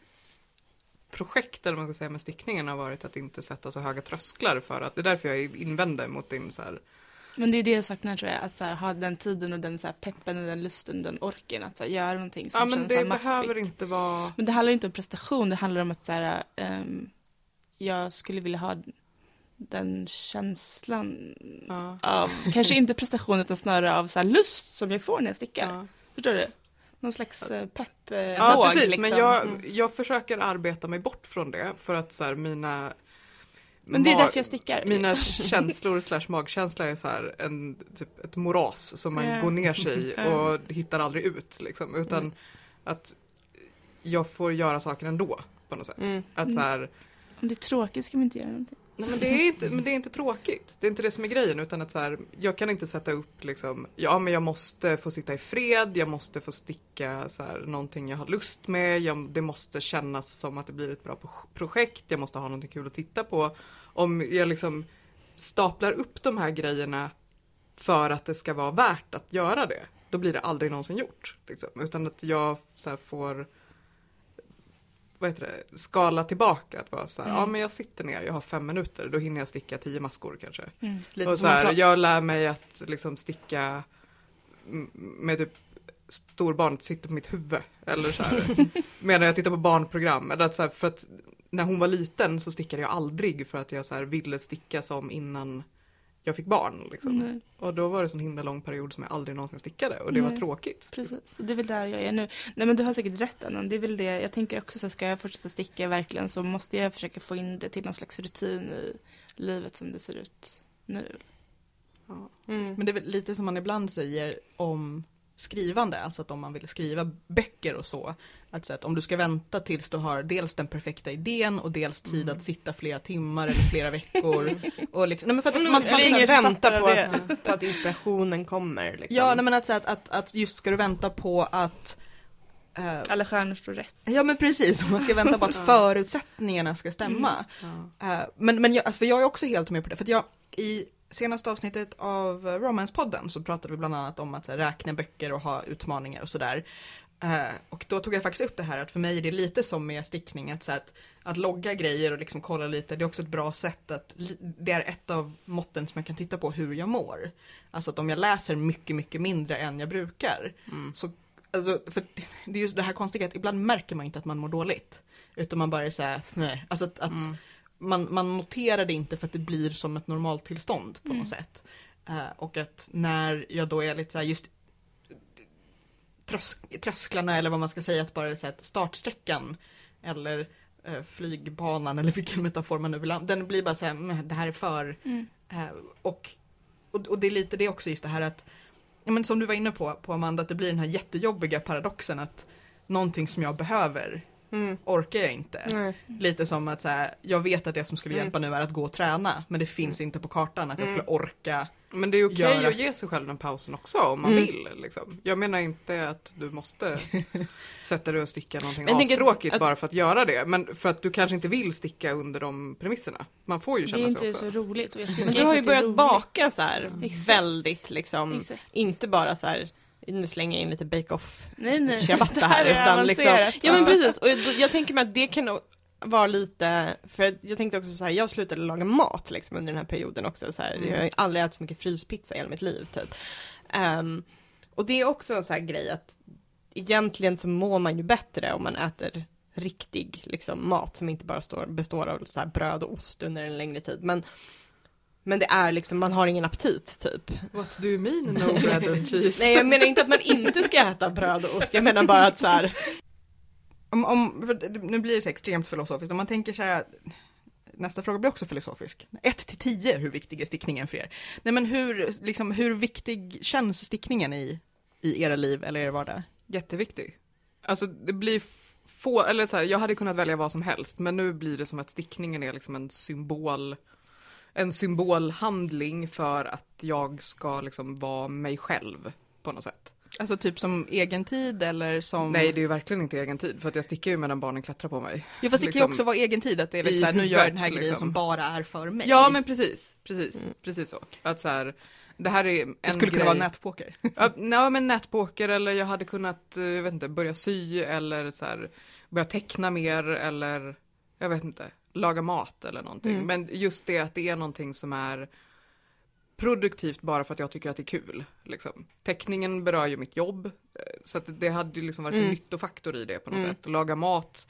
S3: projekt, eller man ska säga, med stickningen har varit att inte sätta så höga trösklar för att det är därför jag invänder mot din så här.
S2: Men det är det jag saknar tror jag, att så här, ha den tiden och den så här, peppen och den lusten och den orken att så här, göra någonting som
S3: ja, men
S2: känns
S3: det
S2: så här,
S3: behöver
S2: maffigt.
S3: inte vara.
S2: Men det handlar inte om prestation, det handlar om att så här, um, jag skulle vilja ha den känslan ja. av, kanske inte prestation utan snarare av så här, lust som jag får när jag stickar. Ja. Förstår du? Någon slags uh, pepp uh,
S3: Ja,
S2: våg,
S3: precis,
S2: liksom.
S3: men jag, jag försöker arbeta mig bort från det för att så här, mina
S2: Men det är därför jag stickar.
S3: Mina känslor slash magkänsla är så här en, typ ett moras som man yeah. går ner sig i och hittar aldrig ut. Liksom, utan mm. att jag får göra saker ändå på något sätt. Mm. Att, så här,
S2: om det är tråkigt ska man inte göra någonting.
S3: Nej, men det är inte, men det är inte tråkigt. Det är inte det som är grejen. Utan att så här, jag kan inte sätta upp liksom, ja men jag måste få sitta i fred. Jag måste få sticka så här, någonting jag har lust med. Jag, det måste kännas som att det blir ett bra projekt. Jag måste ha någonting kul att titta på. Om jag liksom staplar upp de här grejerna för att det ska vara värt att göra det. Då blir det aldrig någonsin gjort. Liksom. Utan att jag så här, får vad heter det, skala tillbaka. Att vara så här, mm. ja men jag sitter ner, jag har fem minuter. Då hinner jag sticka tio maskor kanske. Mm. Lite och så här, jag lär mig att liksom sticka med typ storbarnet sitter på mitt huvud. Eller så här. Medan jag tittar på barnprogram. Eller att så här, för att när hon var liten så stickade jag aldrig för att jag så här ville sticka som innan jag fick barn. Liksom. Och då var det en sån himla lång period som jag aldrig någonsin stickade. Och det Nej. var tråkigt.
S2: Precis, det är väl där jag är nu. Nej men du har säkert rätt Anna. Det är väl det. Jag tänker också så ska jag fortsätta sticka verkligen så måste jag försöka få in det till någon slags rutin i livet som det ser ut nu.
S1: Ja. Mm. Men det är väl lite som man ibland säger om skrivande, alltså att om man vill skriva böcker och så, att, så att om du ska vänta tills du har dels den perfekta idén och dels tid mm. att sitta flera timmar eller flera veckor och liksom, nej men för att
S4: man,
S1: man,
S4: man ingen vänta på att, på att inspirationen kommer liksom.
S1: Ja, nej men att, så att, att, att just ska du vänta på att
S2: uh, alla stjärnor står rätt.
S1: Ja men precis, man ska vänta på att förutsättningarna ska stämma. Mm. Uh, men, men jag, alltså, för jag är också helt med på det, för att jag i senaste avsnittet av Romance-podden så pratade vi bland annat om att så här, räkna böcker och ha utmaningar och sådär. Uh, och då tog jag faktiskt upp det här att för mig är det lite som med stickning att, så att, att logga grejer och liksom kolla lite, det är också ett bra sätt att det är ett av måtten som jag kan titta på hur jag mår. Alltså att om jag läser mycket, mycket mindre än jag brukar mm. så, alltså, för det är just det här konstiga att ibland märker man inte att man mår dåligt utan man bara är så här, nej, alltså att, att mm. Man, man noterar det inte för att det blir som ett normalt tillstånd på mm. något sätt. Uh, och att när jag då är lite så här just trösk, trösklarna eller vad man ska säga, att bara så här, startsträckan eller uh, flygbanan eller vilken metafor man nu vill ha, den blir bara så här, det här är för. Mm. Uh, och, och, och det är lite det också just det här att, ja, men som du var inne på, på Amanda, att det blir den här jättejobbiga paradoxen att någonting som jag behöver Mm. orkar jag inte. Mm. Lite som att så här, jag vet att det som skulle hjälpa mm. nu är att gå och träna, men det finns mm. inte på kartan att jag skulle orka
S3: Men det är okej
S1: göra.
S3: att ge sig själv den pausen också om man
S4: Mm.
S3: vill. Liksom. Jag menar inte att du måste sätta dig och sticka någonting
S4: Jag tänker
S3: astråkigt
S4: att-
S3: bara för att göra det. Men för att du kanske inte vill sticka under de premisserna. Man får ju
S2: Det är
S3: känna sig
S2: inte
S3: också.
S2: så roligt. Och jag stickar
S4: Men
S2: för
S4: du har ju
S2: att det är
S4: börjat
S2: roligt.
S4: baka så här
S2: Exakt.
S4: väldigt liksom,
S2: Exakt.
S4: inte bara så här, nu slänger jag in lite bake-off
S2: Nej, nej.
S4: ciabatta
S2: Det
S4: här,
S2: är
S4: utan liksom,
S2: avancerat.
S4: ja men precis, och jag, jag tänker mig att det kan nog vara lite, för jag tänkte också så här, jag slutade laga mat liksom under den här perioden också så här,
S3: Mm.
S4: jag har aldrig ätit så mycket fryspizza i hela mitt liv typ. Ehm, och det är också en så här grej att egentligen så mår man ju bättre om man äter riktig liksom, mat som inte bara står, består av så här bröd och ost under en längre tid. Men, men det är liksom, man har ingen aptit typ.
S3: What do you mean no bread and cheese?
S4: Nej, jag menar inte att man inte ska äta bröd och ost, jag menar bara att så här.
S1: Om, om, för nu blir det så extremt filosofiskt, om man tänker så här, nästa fråga blir också filosofisk. ett till tio, hur viktig är stickningen för er? Nej men hur, liksom, hur viktig känns stickningen i, i era liv eller er vardag?
S3: Jätteviktig. Alltså det blir få, eller så här, jag hade kunnat välja vad som helst, men nu blir det som att stickningen är liksom en symbol, en symbolhandling för att jag ska liksom vara mig själv på något sätt.
S1: Alltså typ som egen tid eller som...
S3: Nej, det är ju verkligen inte egen tid, för att jag stickar ju medan barnen klättrar på mig.
S1: Jo, fast det kan ju
S3: liksom,
S1: också vara egen tid, att det är lite
S3: i
S1: så här, nu gör jag den här
S3: huvudet,
S1: grejen
S3: liksom.
S1: som bara är för mig.
S3: Ja, men precis, precis,
S4: Mm.
S3: precis så. Att så här, det här är en
S1: det skulle kunna
S3: grej.
S1: vara nätpoker.
S3: Ja, nej, men nätpoker, eller jag hade kunnat, jag vet inte, börja sy eller så här, börja teckna mer eller, jag vet inte, laga mat eller någonting.
S4: Mm.
S3: Men just det att det är någonting som är produktivt bara för att jag tycker att det är kul. Liksom. Teckningen berör ju mitt jobb, så att det hade ju liksom varit
S4: Mm.
S3: en nyttofaktor i det på något
S4: Mm.
S3: sätt. Laga mat.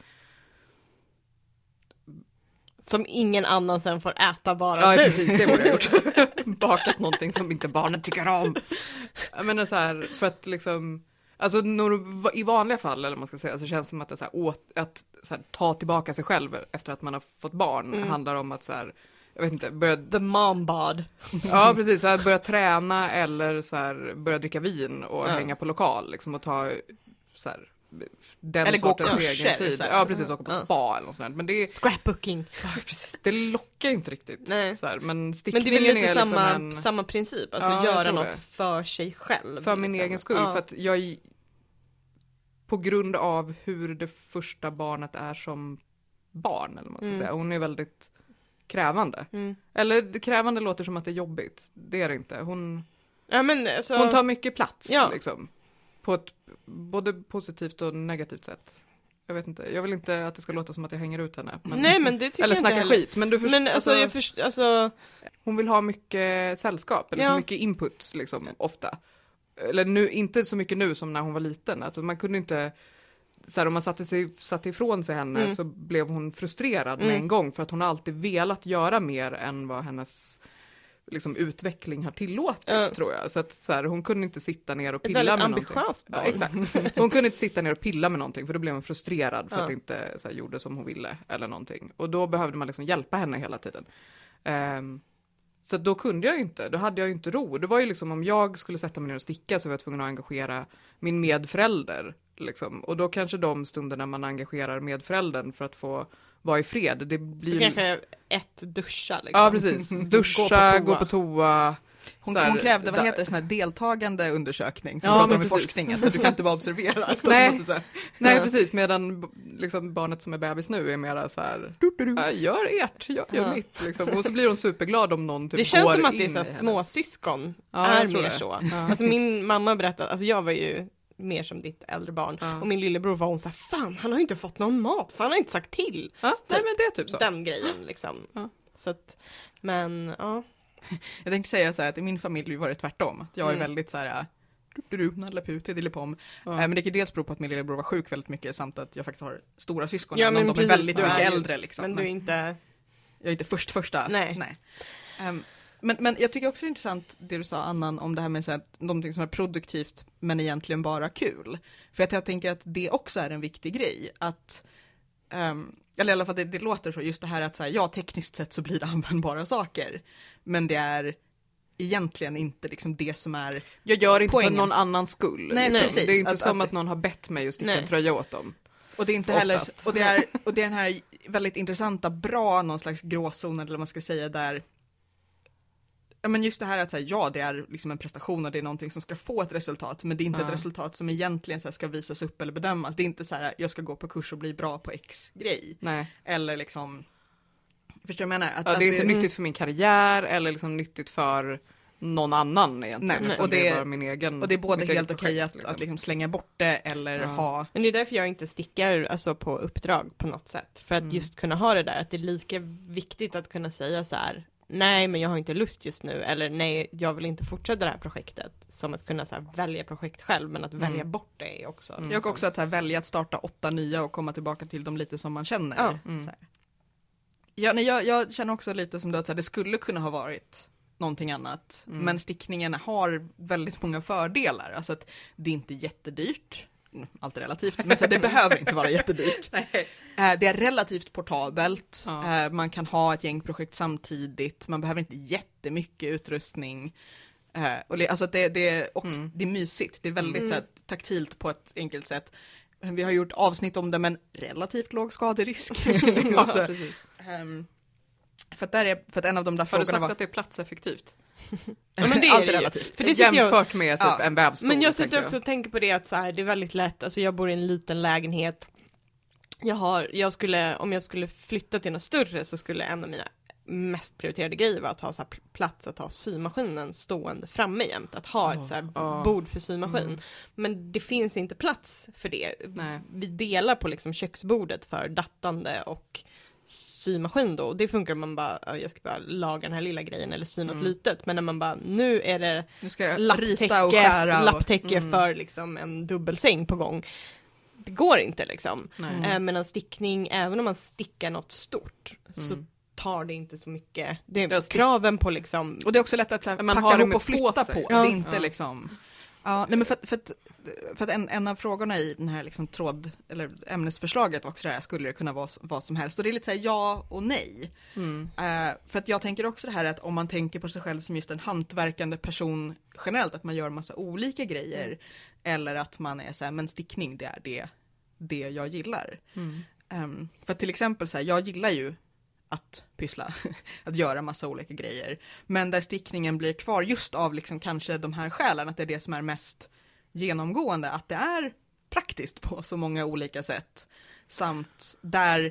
S4: Som ingen annan sen får äta, bara
S3: Ja,
S4: du.
S3: precis, det borde jag gjort. Bakat någonting som inte barnen tycker om. Jag menar så här, för att liksom, alltså nor- i vanliga fall, eller vad man ska säga, så känns det som att det är så här, åt, att så här, ta tillbaka sig själv efter att man har fått barn,
S4: Mm.
S3: handlar om att så här, jag vet inte, börja,
S4: The mom bod.
S3: ja precis, så här, börja träna eller så här, börja dricka vin och
S4: Ja.
S3: hänga på lokal, liksom, och ta så här, den
S1: Eller gå
S3: sortens
S1: kurser,
S3: egen tid.
S1: så här.
S3: Ja, precis, åka på
S4: Ja.
S3: spa eller något sånt där. Men det är,
S4: Scrapbooking.
S3: ja, precis, det lockar ju inte riktigt.
S4: Nej.
S3: Så här, men
S4: Men
S3: stickningen
S4: det är väl lite
S3: liksom
S4: samma,
S3: en...
S4: samma princip, alltså
S3: Ja, jag
S4: göra
S3: tror
S4: något
S3: det.
S4: för sig själv.
S3: För min
S4: liksom.
S3: egen skull,
S4: Ja.
S3: för att jag på grund av hur det första barnet är som barn, eller vad man ska
S4: Mm.
S3: säga. Hon är väldigt krävande.
S4: Mm.
S3: Eller det krävande låter som att det är jobbigt. Det är det inte. Hon,
S4: Ja, men alltså,
S3: hon tar mycket plats,
S4: Ja.
S3: liksom. På ett både positivt och negativt sätt. Jag vet inte, jag vill inte att det ska låta som att jag hänger ut henne. Men,
S4: nej men det tycker
S3: eller
S4: jag inte
S3: snacka
S4: heller.
S3: skit. Men du först,
S4: Men alltså,
S3: alltså,
S4: jag först, alltså,
S3: hon vill ha mycket sällskap, eller
S4: Ja.
S3: så mycket input, liksom, ofta. Eller nu, inte så mycket nu som när hon var liten. Alltså, man kunde inte, så här, om man satte, sig, satte ifrån sig henne
S4: Mm.
S3: så blev hon frustrerad
S4: Mm.
S3: med en gång, för att hon har alltid velat göra mer än vad hennes liksom, utveckling har tillåtit,
S4: Ja.
S3: tror jag. Så att så här, hon kunde inte sitta ner och
S4: ett
S3: pilla
S4: väldigt
S3: med någonting.
S4: ambitiöst
S3: Ja,
S4: barn.
S3: exakt. Hon kunde inte sitta ner och pilla med någonting, för då blev hon frustrerad för
S4: Ja.
S3: att det inte så här, gjorde som hon ville eller någonting. Och då behövde man liksom hjälpa henne hela tiden. Ehm, så att då kunde jag ju inte, då hade jag ju inte ro. Det var ju liksom om jag skulle sätta mig ner och sticka, så var jag tvungen att engagera min medförälder. Liksom. Och då kanske de stunderna man engagerar medföräldern för att få vara i fred, det blir
S4: Så
S3: ju...
S4: kanske ett duscha liksom.
S3: Ja, precis. Duscha, gå på toa.
S1: Hon,
S3: så här,
S1: hon krävde, vad
S3: da-
S1: heter det, sån här deltagande undersökning.
S3: Ja,
S1: Ja, pratar
S3: men
S1: om i
S3: precis.
S1: forskningen, att du kan inte vara observerad.
S3: Nej.
S1: Du måste så här-
S3: Nej,
S4: Ja.
S3: precis. Medan b- liksom, barnet som är bebis nu är mera så här, "Ja, gör ert, jag gör
S4: Ja.
S3: mitt. Liksom. Och så blir hon superglad om någon typ
S4: Det känns
S3: går
S4: som att
S3: in
S4: det är så här
S3: i henne.
S4: småsyskon
S3: Ja, jag
S4: är
S3: tror
S4: mer
S3: det.
S4: så.
S3: Ja.
S4: Alltså min mamma berättade, alltså jag var ju mer som ditt äldre barn.
S3: Ja.
S4: Och min lillebror var hon så här, fan han har ju inte fått någon mat, för han har inte sagt till.
S3: Ja, nej, men det är typ så.
S4: Den grejen liksom.
S3: Ja.
S4: Så att, men ja.
S1: Jag tänkte säga så här att i min familj var det tvärtom. Att jag är
S4: Mm.
S1: väldigt så här, du, du, nallapu, tiddilipom.
S3: Ja.
S1: Eh, Men det kan dels bero på att min lillebror var sjuk väldigt mycket, samt att jag faktiskt har stora syskon.
S4: Ja,
S1: Ja,
S4: men
S1: de
S4: precis,
S1: är väldigt
S4: du är
S1: mycket
S4: ju-
S1: äldre liksom.
S4: Men du är inte,
S1: Jag är inte först första.
S4: Nej.
S1: Nej. Ehm, men, men jag tycker också det är intressant det du sa, Annan, om det här med så här, någonting som är produktivt men egentligen bara kul. För att jag tänker att det också är en viktig grej. Att, ehm, eller i alla fall det, det låter så, just det här att så här, ja, tekniskt sett så blir det användbara saker. Men det är egentligen inte liksom det som är...
S3: Jag gör inte
S1: Poängen.
S3: för någon annans skull.
S1: Nej,
S3: liksom.
S1: precis.
S3: Det är inte
S1: Att-
S3: som
S1: att-
S3: att, någon har bett mig att sticka
S4: Nej.
S3: en tröja åt dem.
S1: Och det är inte
S3: Oftast.
S1: heller, och det är, och det är den här väldigt intressanta, bra, någon slags gråzon eller vad man ska säga där, Ja, men just det här att säga, ja, det är liksom en prestation och det är någonting som ska få ett resultat, men det är inte
S3: Ja.
S1: ett resultat som egentligen så här, ska visas upp eller bedömas. Det är inte så här, jag ska gå på kurs och bli bra på X grej.
S3: Nej.
S1: Eller liksom, förstår du vad jag menar? Att,
S3: Ja,
S1: att
S3: det är inte nyttigt för min karriär eller liksom nyttigt för någon annan egentligen.
S1: Nej,
S3: utan
S1: och det
S3: det är
S1: är-
S3: bara min egen.
S1: Och det är både
S3: mitt eget
S1: helt okej
S3: projekt,
S1: att,
S3: liksom.
S1: att liksom slänga bort det eller
S3: Ja.
S1: ha...
S4: Men det är därför jag inte stickar alltså, på uppdrag på något sätt. För att
S3: Mm.
S4: just kunna ha det där, att det är lika viktigt att kunna säga så här: nej, men jag har inte lust just nu, eller nej, jag vill inte fortsätta det här projektet, som att kunna så här, välja projekt själv, men att
S3: Mm.
S4: välja bort det är också.
S3: Mm.
S1: Jag kan också att så här, välja att starta åtta nya och komma tillbaka till dem lite som man känner.
S4: Ja.
S3: Mm.
S1: Så här. Ja, nej, jag, jag känner också lite som då att så här, det skulle kunna ha varit någonting annat.
S3: Mm.
S1: Men stickningen har väldigt många fördelar. Alltså att det är inte jättedyrt. Mm, allt är relativt, men så här, det behöver inte vara jättedyrt.
S3: Nej.
S1: Eh, Det är relativt portabelt.
S3: Ja.
S1: Eh, Man kan ha ett gäng projekt samtidigt. Man behöver inte jättemycket utrustning. Eh, och det, alltså att det, det, och
S3: Mm.
S1: det är mysigt. Det är väldigt
S4: Mm.
S1: så här, taktilt på ett enkelt sätt. Vi har gjort avsnitt om det, men relativt låg skaderisk.
S3: Ja, precis.
S1: Ehm, för, att där är, för att en av de där
S3: Har du
S1: frågorna
S3: sagt
S1: var...
S3: att det är platseffektivt?
S4: Ja, men det är
S1: Allt är
S4: det ju.
S1: relativt.
S4: För det sitter jag,
S3: Jämfört med typ
S1: Ja.
S3: en webbstol.
S4: men jag
S3: tänker
S4: sitter också och tänker på det att så här, det är väldigt lätt, alltså jag bor i en liten lägenhet. Jag har, jag skulle, om jag skulle flytta till något större så skulle en av mina mest prioriterade grejer vara att ha så här plats att ha symaskinen stående framme jämt. Att ha ett så här
S3: Ja.
S4: bord för symaskin.
S3: Mm.
S4: Men det finns inte plats för det.
S3: Nej.
S4: Vi delar på liksom köksbordet för dattande och symaskin då. Och det funkar om man bara, ja, jag ska bara laga den här lilla grejen eller sy något
S3: Mm.
S4: litet. Men när man bara, nu är det
S1: Nu ska jag
S4: lapptäcke,
S1: rita och skära. Och,
S4: lapptäcke
S3: Mm.
S4: för liksom en dubbelsäng på gång. Det går inte liksom.
S3: Nej.
S4: Eh, medan stickning, även om man stickar något stort, så
S3: Mm.
S4: tar det inte så mycket. Det är
S3: Ja, stick-
S4: kraven på liksom...
S1: och det är också lätt att så här,
S3: Man
S1: packa
S3: har det
S1: ihop
S3: med
S1: och flytta
S3: på
S1: på.
S3: sig.
S1: Det
S4: Ja.
S1: är inte
S3: Ja.
S1: liksom... Ja, nej, men för, att- för, att, för att en, en av frågorna i den här liksom tråd, eller ämnesförslaget var också det här, skulle det kunna vara s- vad som helst? Och det är lite så här ja och nej.
S3: Mm.
S1: Eh, för att jag tänker också det här att om man tänker på sig själv som just en hantverkande person generellt, att man gör massa olika grejer,
S3: Mm.
S1: eller att man är så här, men stickning, det är det, det jag gillar.
S3: Mm.
S1: Um, för till exempel så här, jag gillar ju att pyssla, att göra massa olika grejer. Men där stickningen blir kvar just av liksom kanske de här skälen, att det är det som är mest genomgående, att det är praktiskt på så många olika sätt. Samt där,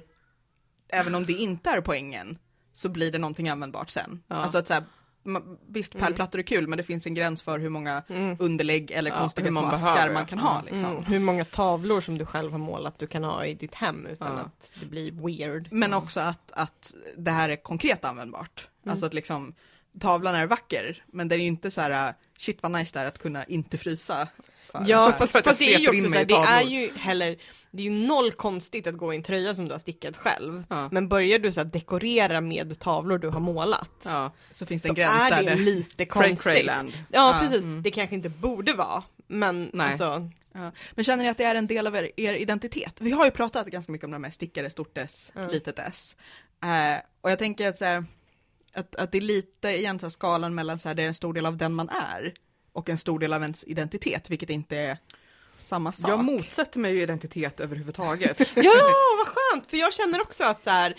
S1: även om det inte är poängen, så blir det någonting användbart sen.
S3: Ja.
S1: Alltså att så här, ma- visst,
S4: Mm.
S1: pärlplattor är kul, men det finns en gräns för hur många
S4: Mm.
S1: underlägg eller
S3: Ja,
S1: konstiga
S3: hur man
S1: små
S3: behöver,
S1: askar
S3: ja.
S1: man kan ha.
S3: Ja.
S1: Liksom.
S4: Mm. Hur många tavlor som du själv har målat du kan ha i ditt hem utan
S3: Ja.
S4: att det blir weird.
S1: Men också att, att det här är konkret användbart.
S4: Mm.
S1: Alltså att liksom, tavlan är vacker, men det är ju inte så här, shit vad nice det är att kunna inte frysa. För
S4: Ja,
S1: för-
S4: fast,
S3: för att jag
S4: fast det är ju
S3: sveper in
S4: också så
S3: mig
S4: här,
S3: i
S4: det är
S3: tavlor.
S4: ju heller, det är ju noll konstigt att gå i en tröja som du har stickat själv.
S3: Ja.
S4: Men börjar du så här dekorera med tavlor du har målat,
S3: Ja.
S1: så finns det
S4: så
S1: en gräns
S4: är
S1: där.
S4: det
S1: det-
S4: lite
S3: Cray
S4: konstigt.
S3: Crayland.
S4: Ja,
S1: Ja,
S4: precis.
S3: mm.
S4: Det kanske inte borde vara, men
S3: Nej.
S4: alltså,
S1: Ja. Men känner ni att det är en del av er, er identitet? Vi har ju pratat ganska mycket om de här stickare, stort S,
S4: Ja.
S1: litet s. Eh, och jag tänker att, så här, att, att det är lite igen så här, skalan mellan så här, det är en stor del av den man är och en stor del av ens identitet, vilket inte är samma sak.
S3: Jag motsätter mig ju identitet överhuvudtaget.
S4: ja, vad skönt, för jag känner också att så här,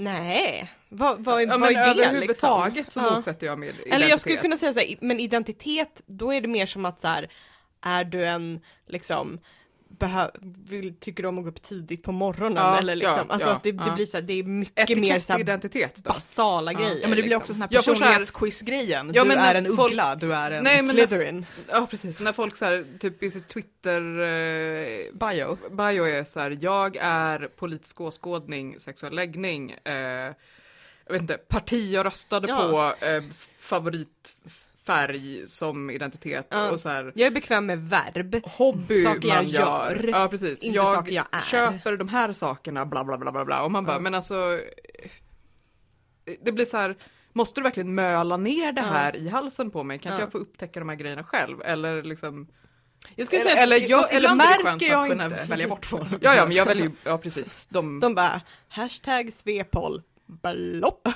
S4: nej, vad, vad,
S3: Ja,
S4: vad
S3: men
S4: är det
S3: överhuvudtaget
S4: liksom?
S3: så
S4: Ja.
S3: motsätter jag mig identitet.
S4: Eller jag skulle kunna säga så här, men identitet, då är det mer som att så här, är du en liksom behö- vill, tycker du om att gå upp tidigt på morgonen
S3: Ja,
S4: eller liksom,
S3: ja,
S4: alltså
S3: ja,
S4: att det, det
S3: ja.
S4: blir så här, det är mycket mer så här
S3: Etikett-identitet då?
S4: basala
S3: Ja.
S4: grejer.
S1: Ja, men det blir
S4: liksom.
S1: också sån här
S3: Jag får så här-
S1: personlighetsquiz-grejen.
S3: Ja,
S1: Du
S3: men
S1: är
S3: när
S1: en
S3: folk-
S1: uggla, du är en
S3: Nej, men när-
S4: Slytherin.
S3: Ja, precis. När folk så här, typ i sitt Twitter eh,
S1: bio.
S3: bio är så här, jag är politisk åskådning, sexuell läggning, eh, jag vet inte, parti jag röstade
S4: Ja.
S3: på, eh, favoritfärg som identitet
S4: Ja.
S3: och så här.
S4: Jag är bekväm med verb.
S3: Hobby
S4: Saker jag
S3: man gör.
S4: gör,
S3: Ja, precis.
S4: inte
S3: jag
S4: saker jag är.
S3: köper de här sakerna, bla bla bla bla bla. Och man bara,
S4: Ja.
S3: men alltså, det blir så här, måste du verkligen möla ner det
S4: Ja.
S3: här i halsen på mig? Kan inte
S4: Ja.
S3: jag få upptäcka de här grejerna sjv? Eller liksom,
S4: Jag ska
S3: eller,
S4: säga att
S3: eller, jag,
S1: Fast
S3: eller
S1: ibland är det skönt
S3: märker
S1: för
S3: jag
S1: att kunna
S3: inte?
S1: välja bort folk.
S3: Ja, ja, men jag väljer ju, ja precis. De,
S4: de bara, hashtag svepol, block.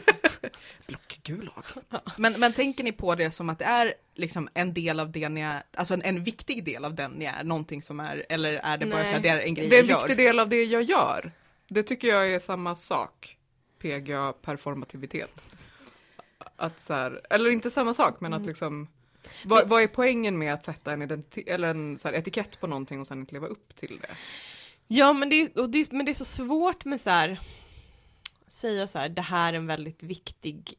S3: blockgulag.
S1: Men, men tänker ni på det som att det är liksom en del av det ni är, alltså en, en viktig del av den ni är, någonting som är, eller är det bara
S4: Nej.
S1: så här, det är en grej
S3: Det är en
S1: jag gör?
S3: viktig del av det jag gör. Det tycker jag är samma sak. P G A, performativitet. Att så här, eller inte samma sak, men att liksom, vad, vad är poängen med att sätta en, identi- eller en så här, etikett på någonting och sen inte leva upp till det?
S4: Ja, men det, är, och det, men det är så svårt med så här, säga så här, det här är en väldigt viktig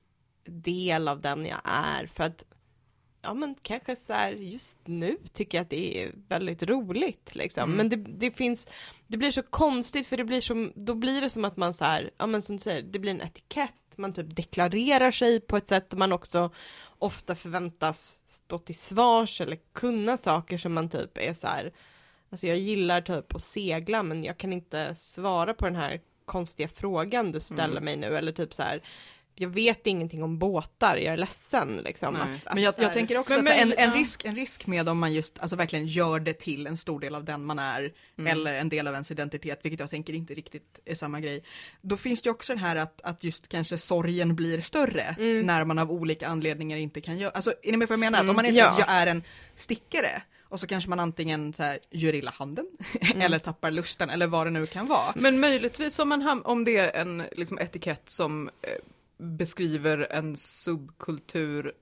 S4: del av den jag är, för att ja, men kanske så här, just nu tycker jag att det är väldigt roligt liksom. Mm. Men det, det finns, det blir så konstigt, för det blir som, då blir det som att man så här, ja men som du säger, det blir en etikett, man typ deklarerar sig på ett sätt, och man också ofta förväntas stå till svars eller kunna saker som man typ är så här, alltså jag gillar typ att segla, men jag kan inte svara på den här konstiga frågan du ställer mm. mig nu, eller typ så här, jag vet ingenting om båtar, jag är ledsen liksom. Att, att
S1: men jag, jag
S4: här,
S1: tänker också
S3: men,
S1: att
S3: men,
S1: en, en,
S3: ja.
S1: risk, en risk med om man just alltså verkligen gör det till en stor del av den man är, mm. eller en del av ens identitet, vilket jag tänker inte riktigt är samma grej. Då finns det också den här att, att just kanske sorgen blir större mm. när man av olika anledningar inte kan göra, alltså är ni med vad jag menar? Mm. Att om man inte
S4: ja.
S1: säger att jag är en stickare, och så kanske man antingen så här, gör illa handen mm. eller tappar lusten, eller vad det nu kan vara.
S3: Men möjligtvis om, man ham- om det är en liksom, etikett som eh, beskriver en subkultur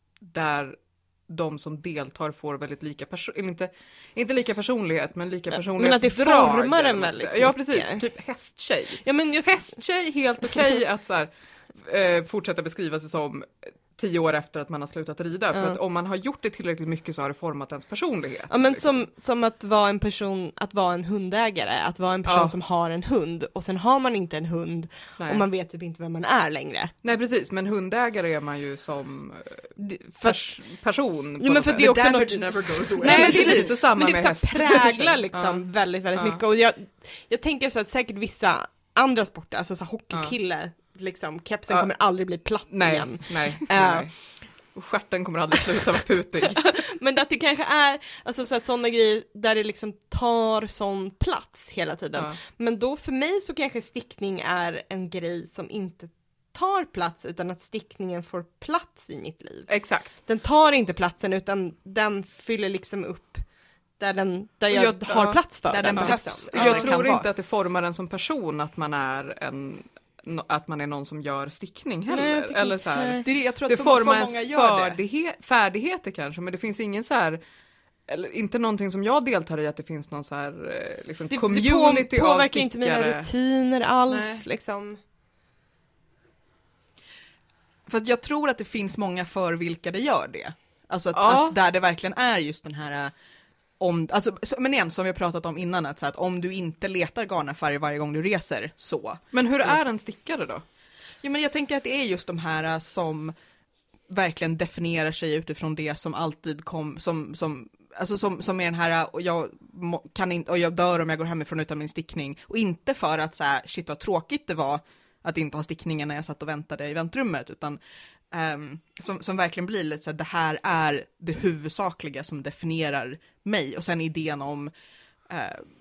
S3: där de som deltar får väldigt lika person, inte, inte lika personlighet, men lika personlighetsdrag.
S4: Men att det formar en väldigt
S3: Ja, precis. Typ hästtjej.
S4: Ja, men just...
S3: Hästtjej, helt okej okay att så här, eh, fortsätta beskriva sig som tio år efter att man har slutat rida. För
S4: ja.
S3: att om man har gjort det tillräckligt mycket så har det format ens personlighet.
S4: Ja, men
S3: liksom.
S4: som, som att vara en person, att vara en hundägare, att vara en person
S3: ja.
S4: som har en hund, och sen har man inte en hund. Nej. Och man vet typ inte vem man är längre.
S3: Nej, precis, men hundägare är man ju som
S4: för,
S3: pers- person.
S4: Ja, men för det är också något...
S1: never goes away.
S3: Nej, men det är lite så samma
S4: men det
S3: med häst.
S4: präglar liksom ja. väldigt, väldigt
S3: ja.
S4: mycket. Och jag, jag tänker så att säkert vissa andra sporter, alltså så här, hockeykille, ja. liksom, kepsen ja. kommer aldrig bli platt
S3: nej,
S4: igen.
S3: Nej, nej, uh, nej. Och stjärten kommer aldrig sluta vara putig.
S4: Men att det kanske är alltså, så att sådana grejer där det liksom tar sån plats hela tiden. Ja. Men då för mig så kanske stickning är en grej som inte tar plats, utan att stickningen får plats i mitt liv.
S3: Exakt.
S4: Den tar inte platsen, utan den fyller liksom upp där, den, där jag, jag har plats för
S1: där
S4: den.
S1: den behövs.
S3: Ja, jag tror inte vara. att det formar en som person att man är en att man är någon som gör stickning heller. Nej, eller så här,
S1: det, jag tror att
S3: det
S1: för,
S3: formar
S1: för många gör
S3: färdighet, det. färdigheter kanske, men det finns ingen så här, eller inte någonting som jag deltar i, att det finns någon så här liksom
S4: det,
S3: community
S4: det på,
S3: av
S4: påverkar
S3: stickare.
S4: inte mina rutiner alls. Liksom.
S1: För att jag tror att det finns många för vilka det gör det. Alltså att,
S3: ja.
S1: att där det verkligen är just den här om, alltså, men igen, som vi har pratat om innan, att, så att om du inte letar garnafärg varje gång du reser, så.
S3: Men hur är en stickare då?
S1: Ja, men jag tänker att det är just de här som verkligen definierar sig utifrån det som alltid kom, som, som, alltså som, som är den här, och jag kan inte, och jag dör om jag går hemifrån utan min stickning. Och inte för att så här, shit vad tråkigt det var att inte ha stickningen när jag satt och väntade i väntrummet, utan Um, som, som verkligen blir lite så här, det här är det huvudsakliga som definierar mig, och sen idén om uh,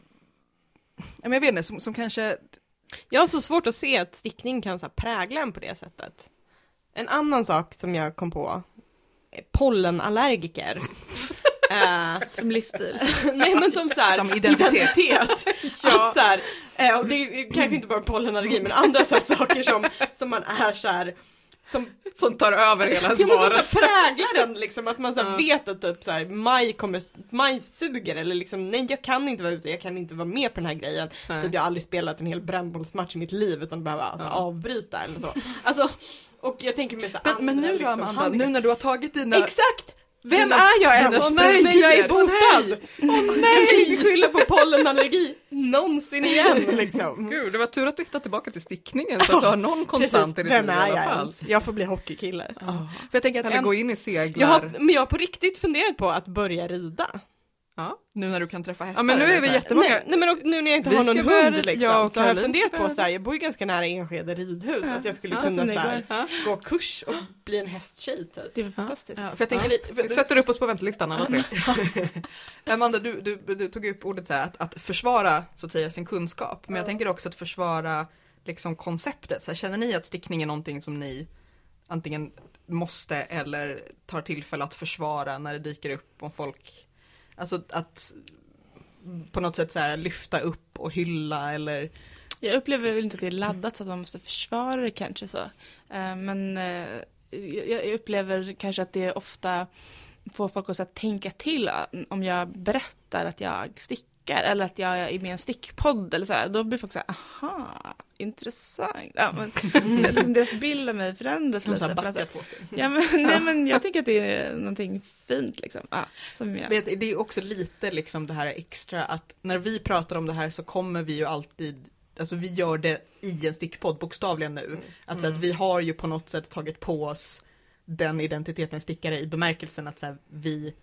S1: jag vet inte, som, som kanske
S4: jag har så svårt att se att stickning kan så här, prägla en på det sättet. En annan sak som jag kom på är pollenallergiker. uh,
S2: som livsstil.
S4: Nej, men som så här,
S1: som identitet,
S4: identitet. Ja. Att, så här, uh, och det är kanske inte bara pollenallergi, men andra så här, saker som, som man är så här Som,
S3: som tar över hela
S4: svaret. Som så präglar den liksom, att man så ja. vet att typ så här, maj kommer, maj suger, eller liksom, nej jag kan inte vara ute, jag kan inte vara med på den här grejen. Nej. Typ jag har aldrig spelat en hel brännbollsmatch i mitt liv utan behöver alltså, ja. avbryta eller så. Alltså, och jag tänker med så
S1: men, andra, men nu liksom, då Amanda, nu när du har tagit dina...
S4: Exakt! Vem dina, är jag än? Åh nej, men jag är botad! Åh oh, nej! Jag kan inte skylla på pollenallergi någonsin igen liksom.
S3: Gud, det var tur att du hittade tillbaka till stickningen så att du har någon konstant i ditt liv i alla fall.
S4: Ens? Jag får bli hockeykille.
S3: Oh. För jag tänker att Eller en... gå in i seglar.
S4: Jag har, men jag har på riktigt funderat på att börja rida.
S3: Ja.
S1: Nu när du kan träffa hästar.
S3: Ja, men nu är vi jättemånga.
S4: Nej, nej men och, nu när jag inte
S3: vi
S4: har någon hund
S3: börja,
S4: liksom,
S3: jag
S4: så har jag funderat på så här, jag bor ju ganska nära Enskede ridhus, ja. att jag skulle ja, kunna så här, ja. gå kurs och bli en hästtjej typ.
S2: Det är fantastiskt.
S1: Ja, för jag tänker,
S3: ja. för, vi sätter upp oss på väntelistan alla tre.
S1: Amanda, du, du, du tog upp ordet så här, att, att försvara så att säga sin kunskap, men jag tänker också att försvara liksom konceptet. Så här, känner ni att stickning är någonting som ni antingen måste eller tar tillfälle att försvara när det dyker upp om folk, alltså att på något sätt så här, lyfta upp och hylla, eller...
S2: Jag upplever väl inte att det är laddat så att man måste försvara det kanske så. Uh, men uh, jag upplever kanske att det ofta får folk att så här, tänka till om jag berättar att jag stickar eller att jag är med i en stickpodd eller så här, då blir folk så här, aha, intressant. Ja, men, det, liksom, deras bild av mig förändras lite.
S1: Alltså,
S2: ja, men, nej, men jag tycker att det är någonting fint liksom. Ja, som jag.
S1: Det är också lite liksom det här extra att när vi pratar om det här så kommer vi ju alltid, alltså vi gör det i en stickpodd bokstavligen nu. Alltså mm. att vi har ju på något sätt tagit på oss den identiteten stickare i bemärkelsen att så här, vi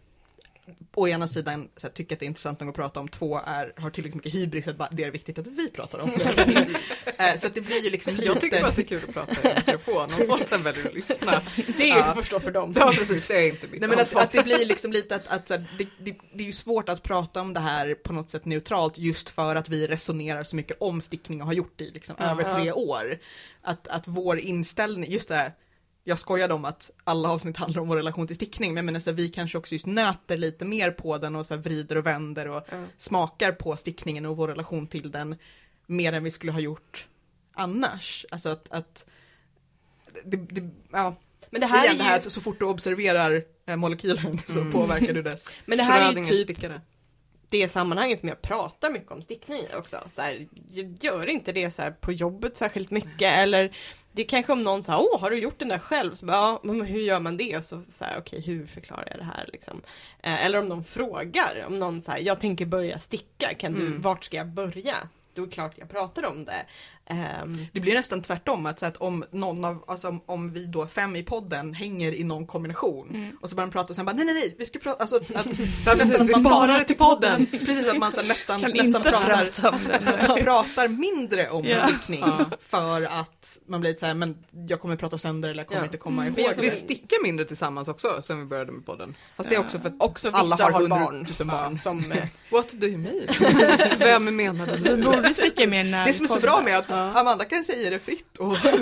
S1: å ena sidan så här, tycker att det är intressant nog att prata om, två är, har tillräckligt mycket hybris att bara, det är viktigt att vi pratar om det. Så att det blir ju liksom lite...
S3: Jag tycker bara att det är kul att prata i mikrofon och folk sen väljer att lyssna.
S4: Det är ju ja. förstå för dem.
S3: Ja, precis, det är inte mitt
S1: Nej, men att, att det blir liksom lite att, att så här, det, det, det är ju svårt att prata om det här på något sätt neutralt just för att vi resonerar så mycket om stickning och har gjort det i liksom, ja. över tre år. Att, att vår inställning, just det här, jag skojade om att alla avsnitt handlar om vår relation till stickning, men, men så här, vi kanske också just nöter lite mer på den och så här, vrider och vänder och mm. smakar på stickningen och vår relation till den mer än vi skulle ha gjort annars. Alltså att, att det, det, ja. Men det här igen, är ju... det här att så fort du observerar eh, molekylen så mm. påverkar du dess.
S4: Men det här är ju typ stickare. Det sammanhanget som jag pratar mycket om stickning också. Så här, jag gör inte det så här på jobbet särskilt mycket. Eller det är kanske om någon säger, åh, har du gjort den där själv? Så bara, ja, men hur gör man det? Och så säger okej, okay, hur förklarar jag det här? Liksom. Eh, eller om någon frågar, om någon säger, jag tänker börja sticka. Kan du, mm. vart ska jag börja? Då är det klart jag pratar om det. Um,
S1: det blir nästan tvärtom att, så att om någon av, alltså om, om vi då fem i podden hänger i någon kombination mm. och så börjar man prata och sen bara nej nej nej vi ska prata alltså att, att nästan
S3: vi sparar det till podden.
S1: Precis, att man så nästan nästan pratar, pratar mindre om yeah. stickning ja. för att man blir så här, men jag kommer prata sönder eller jag kommer ja. inte komma
S3: mm.
S1: ihåg.
S3: Vi stickar mindre tillsammans också sen vi började med podden.
S1: Fast det är också för att
S4: också
S1: alla har
S4: hundratusen barn, barn som
S3: what do you mean? Vem menar du?
S2: Du borde sticka mer när
S1: det som är så bra med att ja. Amanda kan säga det fritt och så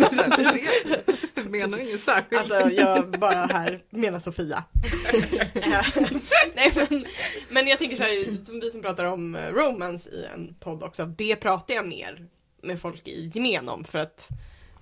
S3: här, menar ingen särskilt.
S4: Alltså jag bara här menar Sofia. Nej men, men jag tänker så här, som vi som pratar om romance i en podd också, det pratar jag mer med folk i gemen om för att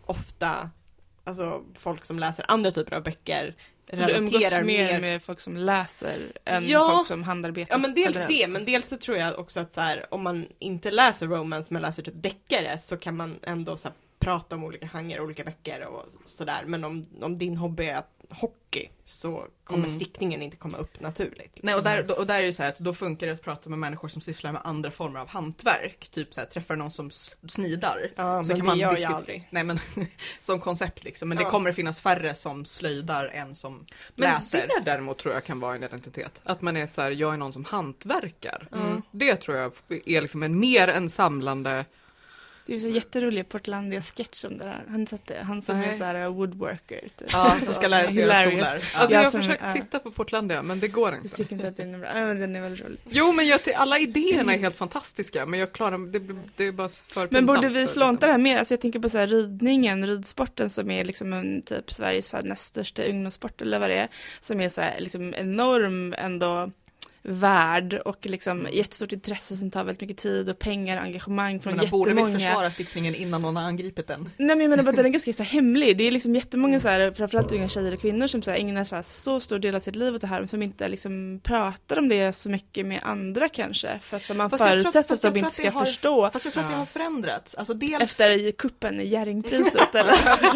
S4: ofta alltså folk som läser andra typer av böcker relaterar
S2: mer
S4: mer
S2: med folk som läser än
S4: ja,
S2: folk som handarbetar.
S4: Ja, men dels
S2: generellt.
S4: det, men dels så tror jag också att så här, om man inte läser romance men läser typ deckare så kan man ändå så här, prata om olika genrer, olika böcker och sådär. Men om, om din hobby är hockey så kommer mm. stickningen inte komma upp naturligt. Liksom.
S1: Nej, och där, och där är det så här att då funkar det att prata med människor som sysslar med andra former av hantverk. Typ så här, träffar någon som snidar.
S4: Ja,
S1: så
S4: men
S1: kan man
S4: det gör
S1: diskut-
S4: jag aldrig.
S1: Nej, men som koncept liksom. Men
S4: ja.
S1: det kommer finnas färre som slöjdar än som
S3: men
S1: läser.
S3: Men det däremot tror jag kan vara en identitet. Att man är så här, jag är någon som hantverkar.
S1: Mm.
S3: Det tror jag är liksom en mer en samlande...
S2: Det är så jätterolig Portlandia-sketch om det där. Han, satte, han som
S3: Nej.
S2: är så här woodworker. Typ.
S1: Ja, som ska lära sig göra stolar.
S3: Alltså
S2: ja,
S3: jag har
S2: som,
S3: försökt
S2: ja.
S3: titta på Portlandia, men det går inte.
S2: Jag tycker inte att den är bra. Ja, men den är väldigt rolig.
S3: Jo, men jag, alla idéerna är helt fantastiska, men jag klarar det, det är bara för
S2: Men borde vi
S3: för,
S2: flånta
S3: liksom.
S2: det här mer? Alltså jag tänker på så här ridningen, ridsporten som är liksom en typ Sveriges näst största ungdomssport eller vad det är. Som är så här liksom enorm ändå värld och liksom mm. jättestort intresse som tar väldigt mycket tid och pengar och engagemang från
S1: men
S2: jättemånga.
S1: Borde vi försvara stickningen innan någon har angripit den?
S2: Nej, men jag menar bara att den är ganska så här hemlig. Det är liksom jättemånga så här, framförallt unga tjejer och kvinnor som så här, ägnar så, här, så stor del av sitt liv åt det här som inte liksom pratar om det så mycket med andra kanske. För att man förutsätter att de inte ska
S1: har,
S2: förstå.
S1: Fast jag tror att det har förändrats. Alltså dels...
S2: Efter kuppen i Jerringpriset eller?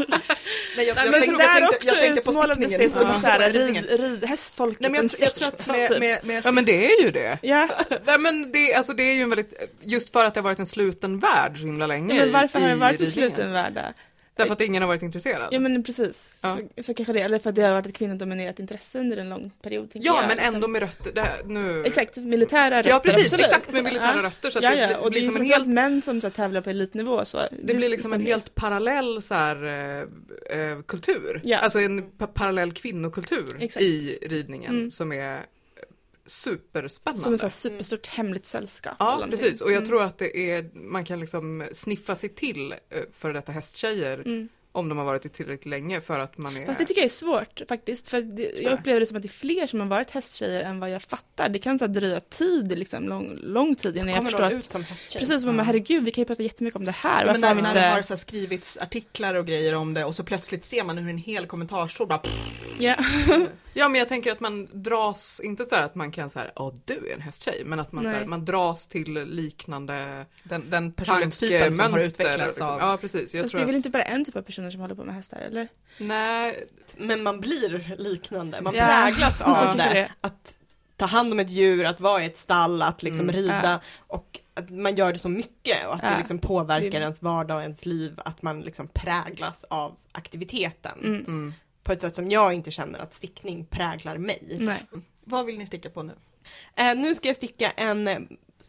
S1: Nej, jag,
S2: Nej,
S1: jag,
S2: men
S1: tänkte,
S2: där
S1: jag, tänkte,
S2: också
S1: jag tänkte på stickningen.
S2: Det som
S1: Ja.
S2: så här, rid, rid, hästfolket.
S1: Nej, men jag, jag, jag tror att med, med, med
S3: ja, men det är ju det.
S2: Ja.
S3: Nej, men det, alltså, det är ju en väldigt, just för att det har varit en sluten värld så himla länge.
S2: Ja, men varför
S3: i,
S2: har det varit en
S3: ridningen.
S2: sluten värld där?
S3: Därför att ingen har varit intresserad.
S2: Ja, men precis.
S3: Ja.
S2: Så, så kanske det, eller för att det har varit ett kvinnodominerat intresse under en lång period.
S3: Ja,
S2: jag,
S3: men
S2: liksom.
S3: ändå med rötter. Det här, nu...
S2: Exakt, militära rötter.
S3: Ja, precis.
S2: Absolut.
S3: Exakt, med militära
S2: ja.
S3: rötter. Så att
S2: ja,
S3: det,
S2: ja.
S3: det
S2: och det
S3: blir
S2: är
S3: som
S2: ju
S3: en
S2: helt
S3: helt...
S2: män som så här, tävlar på elitnivå. Så.
S3: Det, det blir liksom en helt parallell så här, eh, eh, kultur.
S2: Ja.
S3: Alltså en pa- parallell kvinnokultur
S2: Exakt.
S3: i ridningen
S2: Mm.
S3: som är superspännande.
S2: Som ett så här superstort hemligt sällskap.
S3: Ja, precis. Och jag
S2: mm.
S3: tror att det är, man kan liksom sniffa sig till för detta hästtjejer
S2: mm.
S3: om de har varit det tillräckligt länge för att man är...
S2: Fast det tycker jag är svårt faktiskt, för det, jag upplever det som att det är fler som har varit hästtjejer än vad jag fattar. Det kan så här dröja tid, liksom, lång, lång tid innan jag förstår att...
S4: Som
S2: precis som, ja. herregud, vi kan ju prata jättemycket om det här.
S1: Ja, men när, när
S2: inte...
S1: det har så här skrivits artiklar och grejer om det och så plötsligt ser man hur en hel kommentarstråd bara...
S2: Ja.
S3: Ja, men jag tänker att man dras, inte så här att man kan så här, ja du är en hästtjej, men att man, så här, man dras till liknande
S1: den, den personlighetstypen som har utvecklats
S3: liksom.
S1: av...
S3: Ja, precis. Jag
S2: Fast
S3: tror
S2: det är väl
S3: att...
S2: inte bara en typ av personer som håller på med hästar, eller?
S3: Nej.
S4: Men man blir liknande, man
S2: ja.
S4: präglas av det.
S2: det.
S4: Att ta hand om ett djur, att vara i ett stall, att liksom
S3: mm.
S4: rida
S2: ja.
S4: och att man gör det så mycket och att
S2: ja.
S4: det liksom påverkar
S2: det...
S4: ens vardag och ens liv, att man liksom präglas av aktiviteten.
S2: Mm.
S3: Mm.
S4: På ett sätt som jag inte känner att stickning präglar mig.
S2: Nej.
S1: Vad vill ni sticka på nu?
S4: Eh, nu ska jag sticka en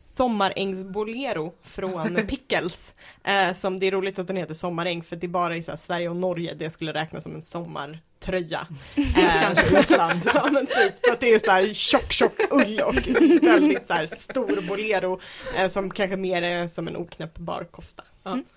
S4: sommarängsbolero från Pickles. Eh, som det är roligt att den heter sommaräng, för det är bara i så här, Sverige och Norge det skulle räknas som en sommartröja. Eh,
S1: Kanske Island.
S4: Ja, men typ, för att det är så här tjock, tjock ull och väldigt så här stor bolero eh, som kanske mer är som en oknäppbar kofta.
S3: Ja.
S2: Mm.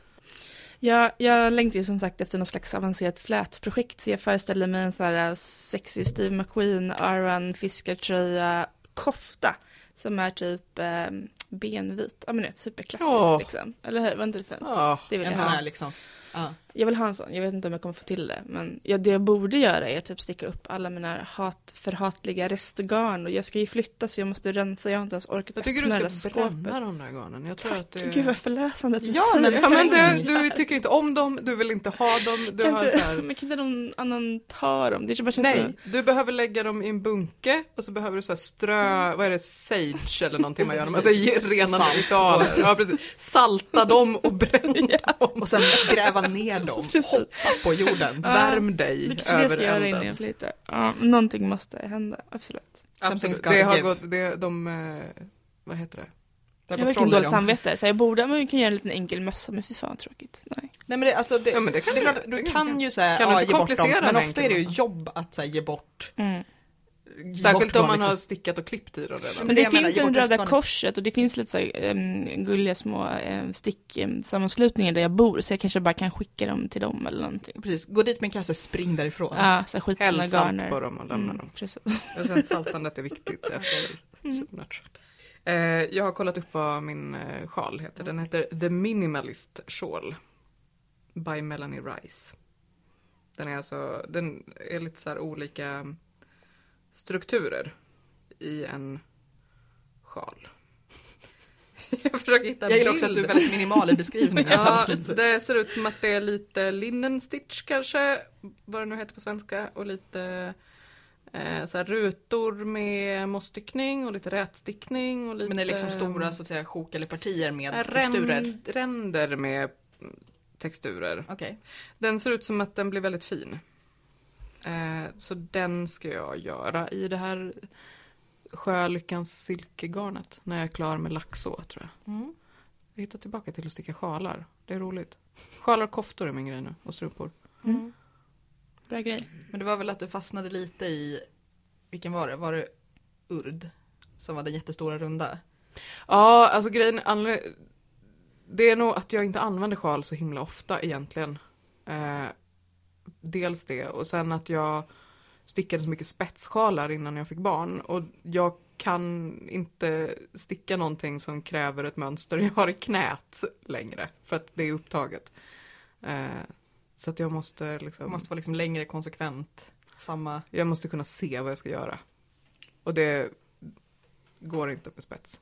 S2: Ja, jag längtar ju som sagt efter något slags avancerat flätprojekt, så jag föreställer mig en så här sexy Steve McQueen, Aran fiskartröja, kofta som är typ eh, benvit. Ja, men det är superklassisk
S3: oh.
S2: liksom. Eller hur? Var inte det fint?
S3: Oh.
S2: Det vill
S1: En
S2: jag
S1: sån
S2: ha.
S1: här liksom... Ja.
S2: Jag vill ha en sån. Jag vet inte om jag kommer få till det. Men ja, det jag borde göra är typ sticka upp alla mina hat, förhatliga restgarn. Och jag ska ju flytta så jag måste rensa. Jag har inte ens orkat
S3: Jag tycker
S2: öppna
S3: du
S2: det
S3: ska
S2: skåpet.
S3: bränna de där garnen. Jag tror
S2: Tack.
S3: att det...
S2: Gud vad förlösande att du
S1: Ja,
S2: säger
S1: men-
S3: Ja, men
S1: Förlängning.
S3: du, du tycker inte om dem, du vill inte ha dem. Du
S2: kan,
S3: har
S2: inte,
S3: så här...
S2: men kan inte någon annan ta dem? Det bara känns
S3: Nej,
S2: så...
S3: du behöver lägga dem i en bunke och så behöver du så här strö, vad är det, sage eller någonting man gör dem, alltså ge rena
S1: Salt.
S3: ritualer. Ja, precis. Salta dem och bränna dem.
S1: Och sen gräva ner dem.
S2: Precis.
S1: Hoppa på jorden.
S2: Ja,
S3: Värm dig
S2: Det kanske det
S3: över
S2: ska göra innan
S3: elden.
S2: jag flyttar. Ja, någonting måste hända, absolut.
S3: Absolut.
S1: ska
S3: Det har
S1: give.
S3: gått, det, de, eh, vad heter det?
S1: Det
S2: Jag
S1: har
S2: har
S1: gått troll
S2: verkligen
S1: i
S2: dåligt
S1: dem.
S2: samvete, så jag borde, men vi kan göra en liten enkel mössa, men fy fan tråkigt. Nej.
S1: Nej, men det, alltså, det,
S3: Ja, men det kan
S1: det är
S3: du-
S1: klart,
S3: det
S1: du
S3: kan
S1: kan
S3: du.
S1: ju säga,
S3: Kan du
S1: ja,
S3: inte
S1: ge bort dem,
S3: komplicera
S1: men
S3: en
S1: ofta
S3: enkel
S1: är det ju
S3: massa?
S1: jobb att så här, ge bort.
S2: Mm.
S1: ge
S3: Särskilt
S1: bort
S3: om
S1: dem,
S3: man har
S1: liksom.
S3: stickat och klippt i dem redan.
S2: Men
S1: Men
S2: det,
S1: det jag menar,
S2: finns
S1: ge
S2: en
S1: bort
S2: Röda
S1: restgarn.
S2: Korset och det finns lite så här, um, gulliga små um, sticksammanslutningar där jag bor, så jag kanske bara kan skicka dem till dem eller någonting.
S1: Precis, gå dit med en kasse, spring därifrån.
S2: Ja, så här skitfina
S3: Häll salt
S2: garner.
S3: på dem och lämna
S2: Mm,
S3: dem.
S2: precis.
S3: Jag tror att saltandet är viktigt efter
S2: Mm.
S3: supernatural. Eh, jag har kollat upp vad min eh, sjal heter. Den heter The Minimalist Shawl by Melanie Rice. Den är alltså, den är lite så här olika strukturer i en sjal. Jag försöker hitta en
S1: Jag gillar
S3: bild.
S1: också att du är väldigt minimal i beskrivningen.
S3: Ja, det ser ut som att det är lite linnenstitch kanske, vad det nu heter på svenska, och lite eh, så här rutor med mossstickning och lite rätstickning och lite...
S1: Men det är liksom stora så att säga sjok eller partier med
S3: eh,
S1: texturer.
S3: ränd- ränder med texturer.
S1: Okej.
S3: Den ser ut som att den blir väldigt fin. Eh, så den ska jag göra i det här Sjölyckans silkegarnet när jag är klar med laxå, tror jag.
S1: Mm.
S3: Jag hittar tillbaka till att sticka sjalar. Det är roligt. Sjalar och koftor är min grej nu. Och strumpor.
S2: Mm. Bra grej.
S1: Men det var väl att du fastnade lite i, vilken var det? Var det urd? Som var den jättestora runda?
S3: Ja, alltså grejen anled- det är nog att jag inte använder sjal så himla ofta egentligen. Eh, dels det. Och sen att jag stickade så mycket spetssjalar innan jag fick barn. Och jag kan inte sticka någonting som kräver ett mönster jag har i knät längre. För att det är upptaget. Eh, så att jag måste liksom...
S1: Det måste vara liksom längre konsekvent. Samma.
S3: Jag måste kunna se vad jag ska göra. Och det går inte med spets.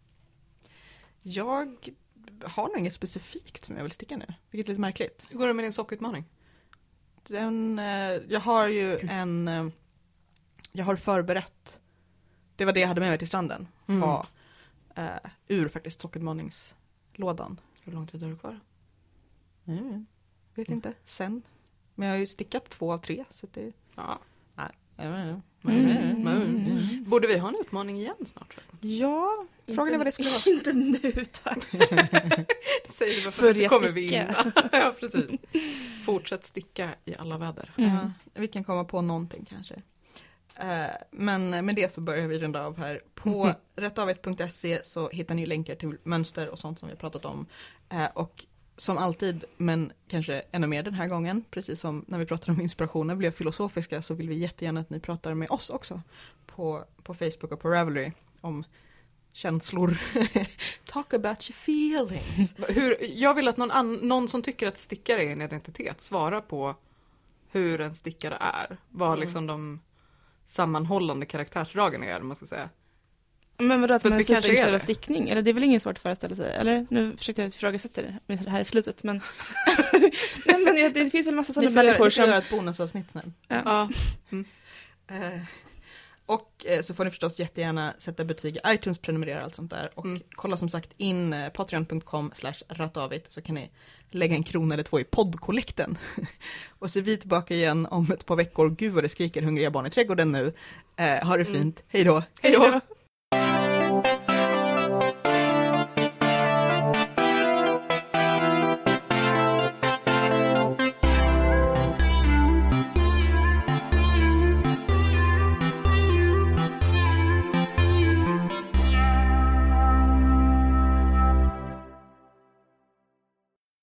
S1: Jag har nog inget specifikt som jag vill sticka nu. Vilket är lite märkligt.
S3: Hur går det med din sockutmaning?
S1: Den, eh, jag har ju en... Eh, jag har förberett. Det var det jag hade med mig till stranden.
S3: Mm.
S1: Var, eh, ur faktiskt sockutmaningslådan.
S3: Hur lång tid har du kvar?
S1: Mm. Vet inte. Sen. Men jag har ju stickat två av tre. Så det...
S3: Ja.
S1: Mm.
S3: Mm. Mm. Borde vi ha en utmaning igen snart? Förresten?
S1: Ja, frågan är vad det skulle vara.
S2: Inte nu, tack.
S3: Säger du varför
S2: Börja
S3: inte kommer vi
S2: sticka.
S3: in? Ja, precis. Fortsätt sticka i alla väder.
S2: Mm.
S1: Ja, vi kan komma på någonting kanske. Uh, men med det så börjar vi runda av här. På
S3: Mhm.
S1: rättavet punkt se så hittar ni länkar till mönster och sånt som vi har pratat om. Uh, och som alltid, men kanske ännu mer den här gången, precis som när vi pratade om inspirationer blev filosofiska, så vill vi jättegärna att ni pratar med oss också på, på Facebook och på Ravelry om känslor. Talk about your feelings.
S3: Hur, jag vill att någon, an, någon som tycker att stickare är en identitet svarar på hur en stickare är. Vad
S1: Mm.
S3: liksom de sammanhållande karaktärsdragen är, om man ska säga.
S2: Men vadå, att
S3: För
S2: man är
S3: att vi kanske är
S2: superintresserad av
S3: det.
S2: stickning? Eller det är väl ingen svårt att föreställa sig? Eller nu försökte jag ifrågasätta det med det här i slutet, men... Nej, men det, det finns väl massa
S1: Ni
S2: sådana
S1: får, göra,
S2: människor
S1: ni får
S2: som...
S1: göra ett bonusavsnitt sen.
S2: Ja.
S3: Ja.
S1: Eh, och eh, så får ni förstås jättegärna sätta betyg i iTunes, prenumerera och allt sånt där. Och
S3: Mm.
S1: kolla som sagt in eh, patreon punkt com slash ratavit, så kan ni lägga en krona eller två i poddkollekten. Och så är vi tillbaka igen om ett par veckor. Gud vad det skriker hungriga barn i trädgården nu. Eh, ha det fint.
S3: Mm.
S1: Hej då.
S2: Hej då!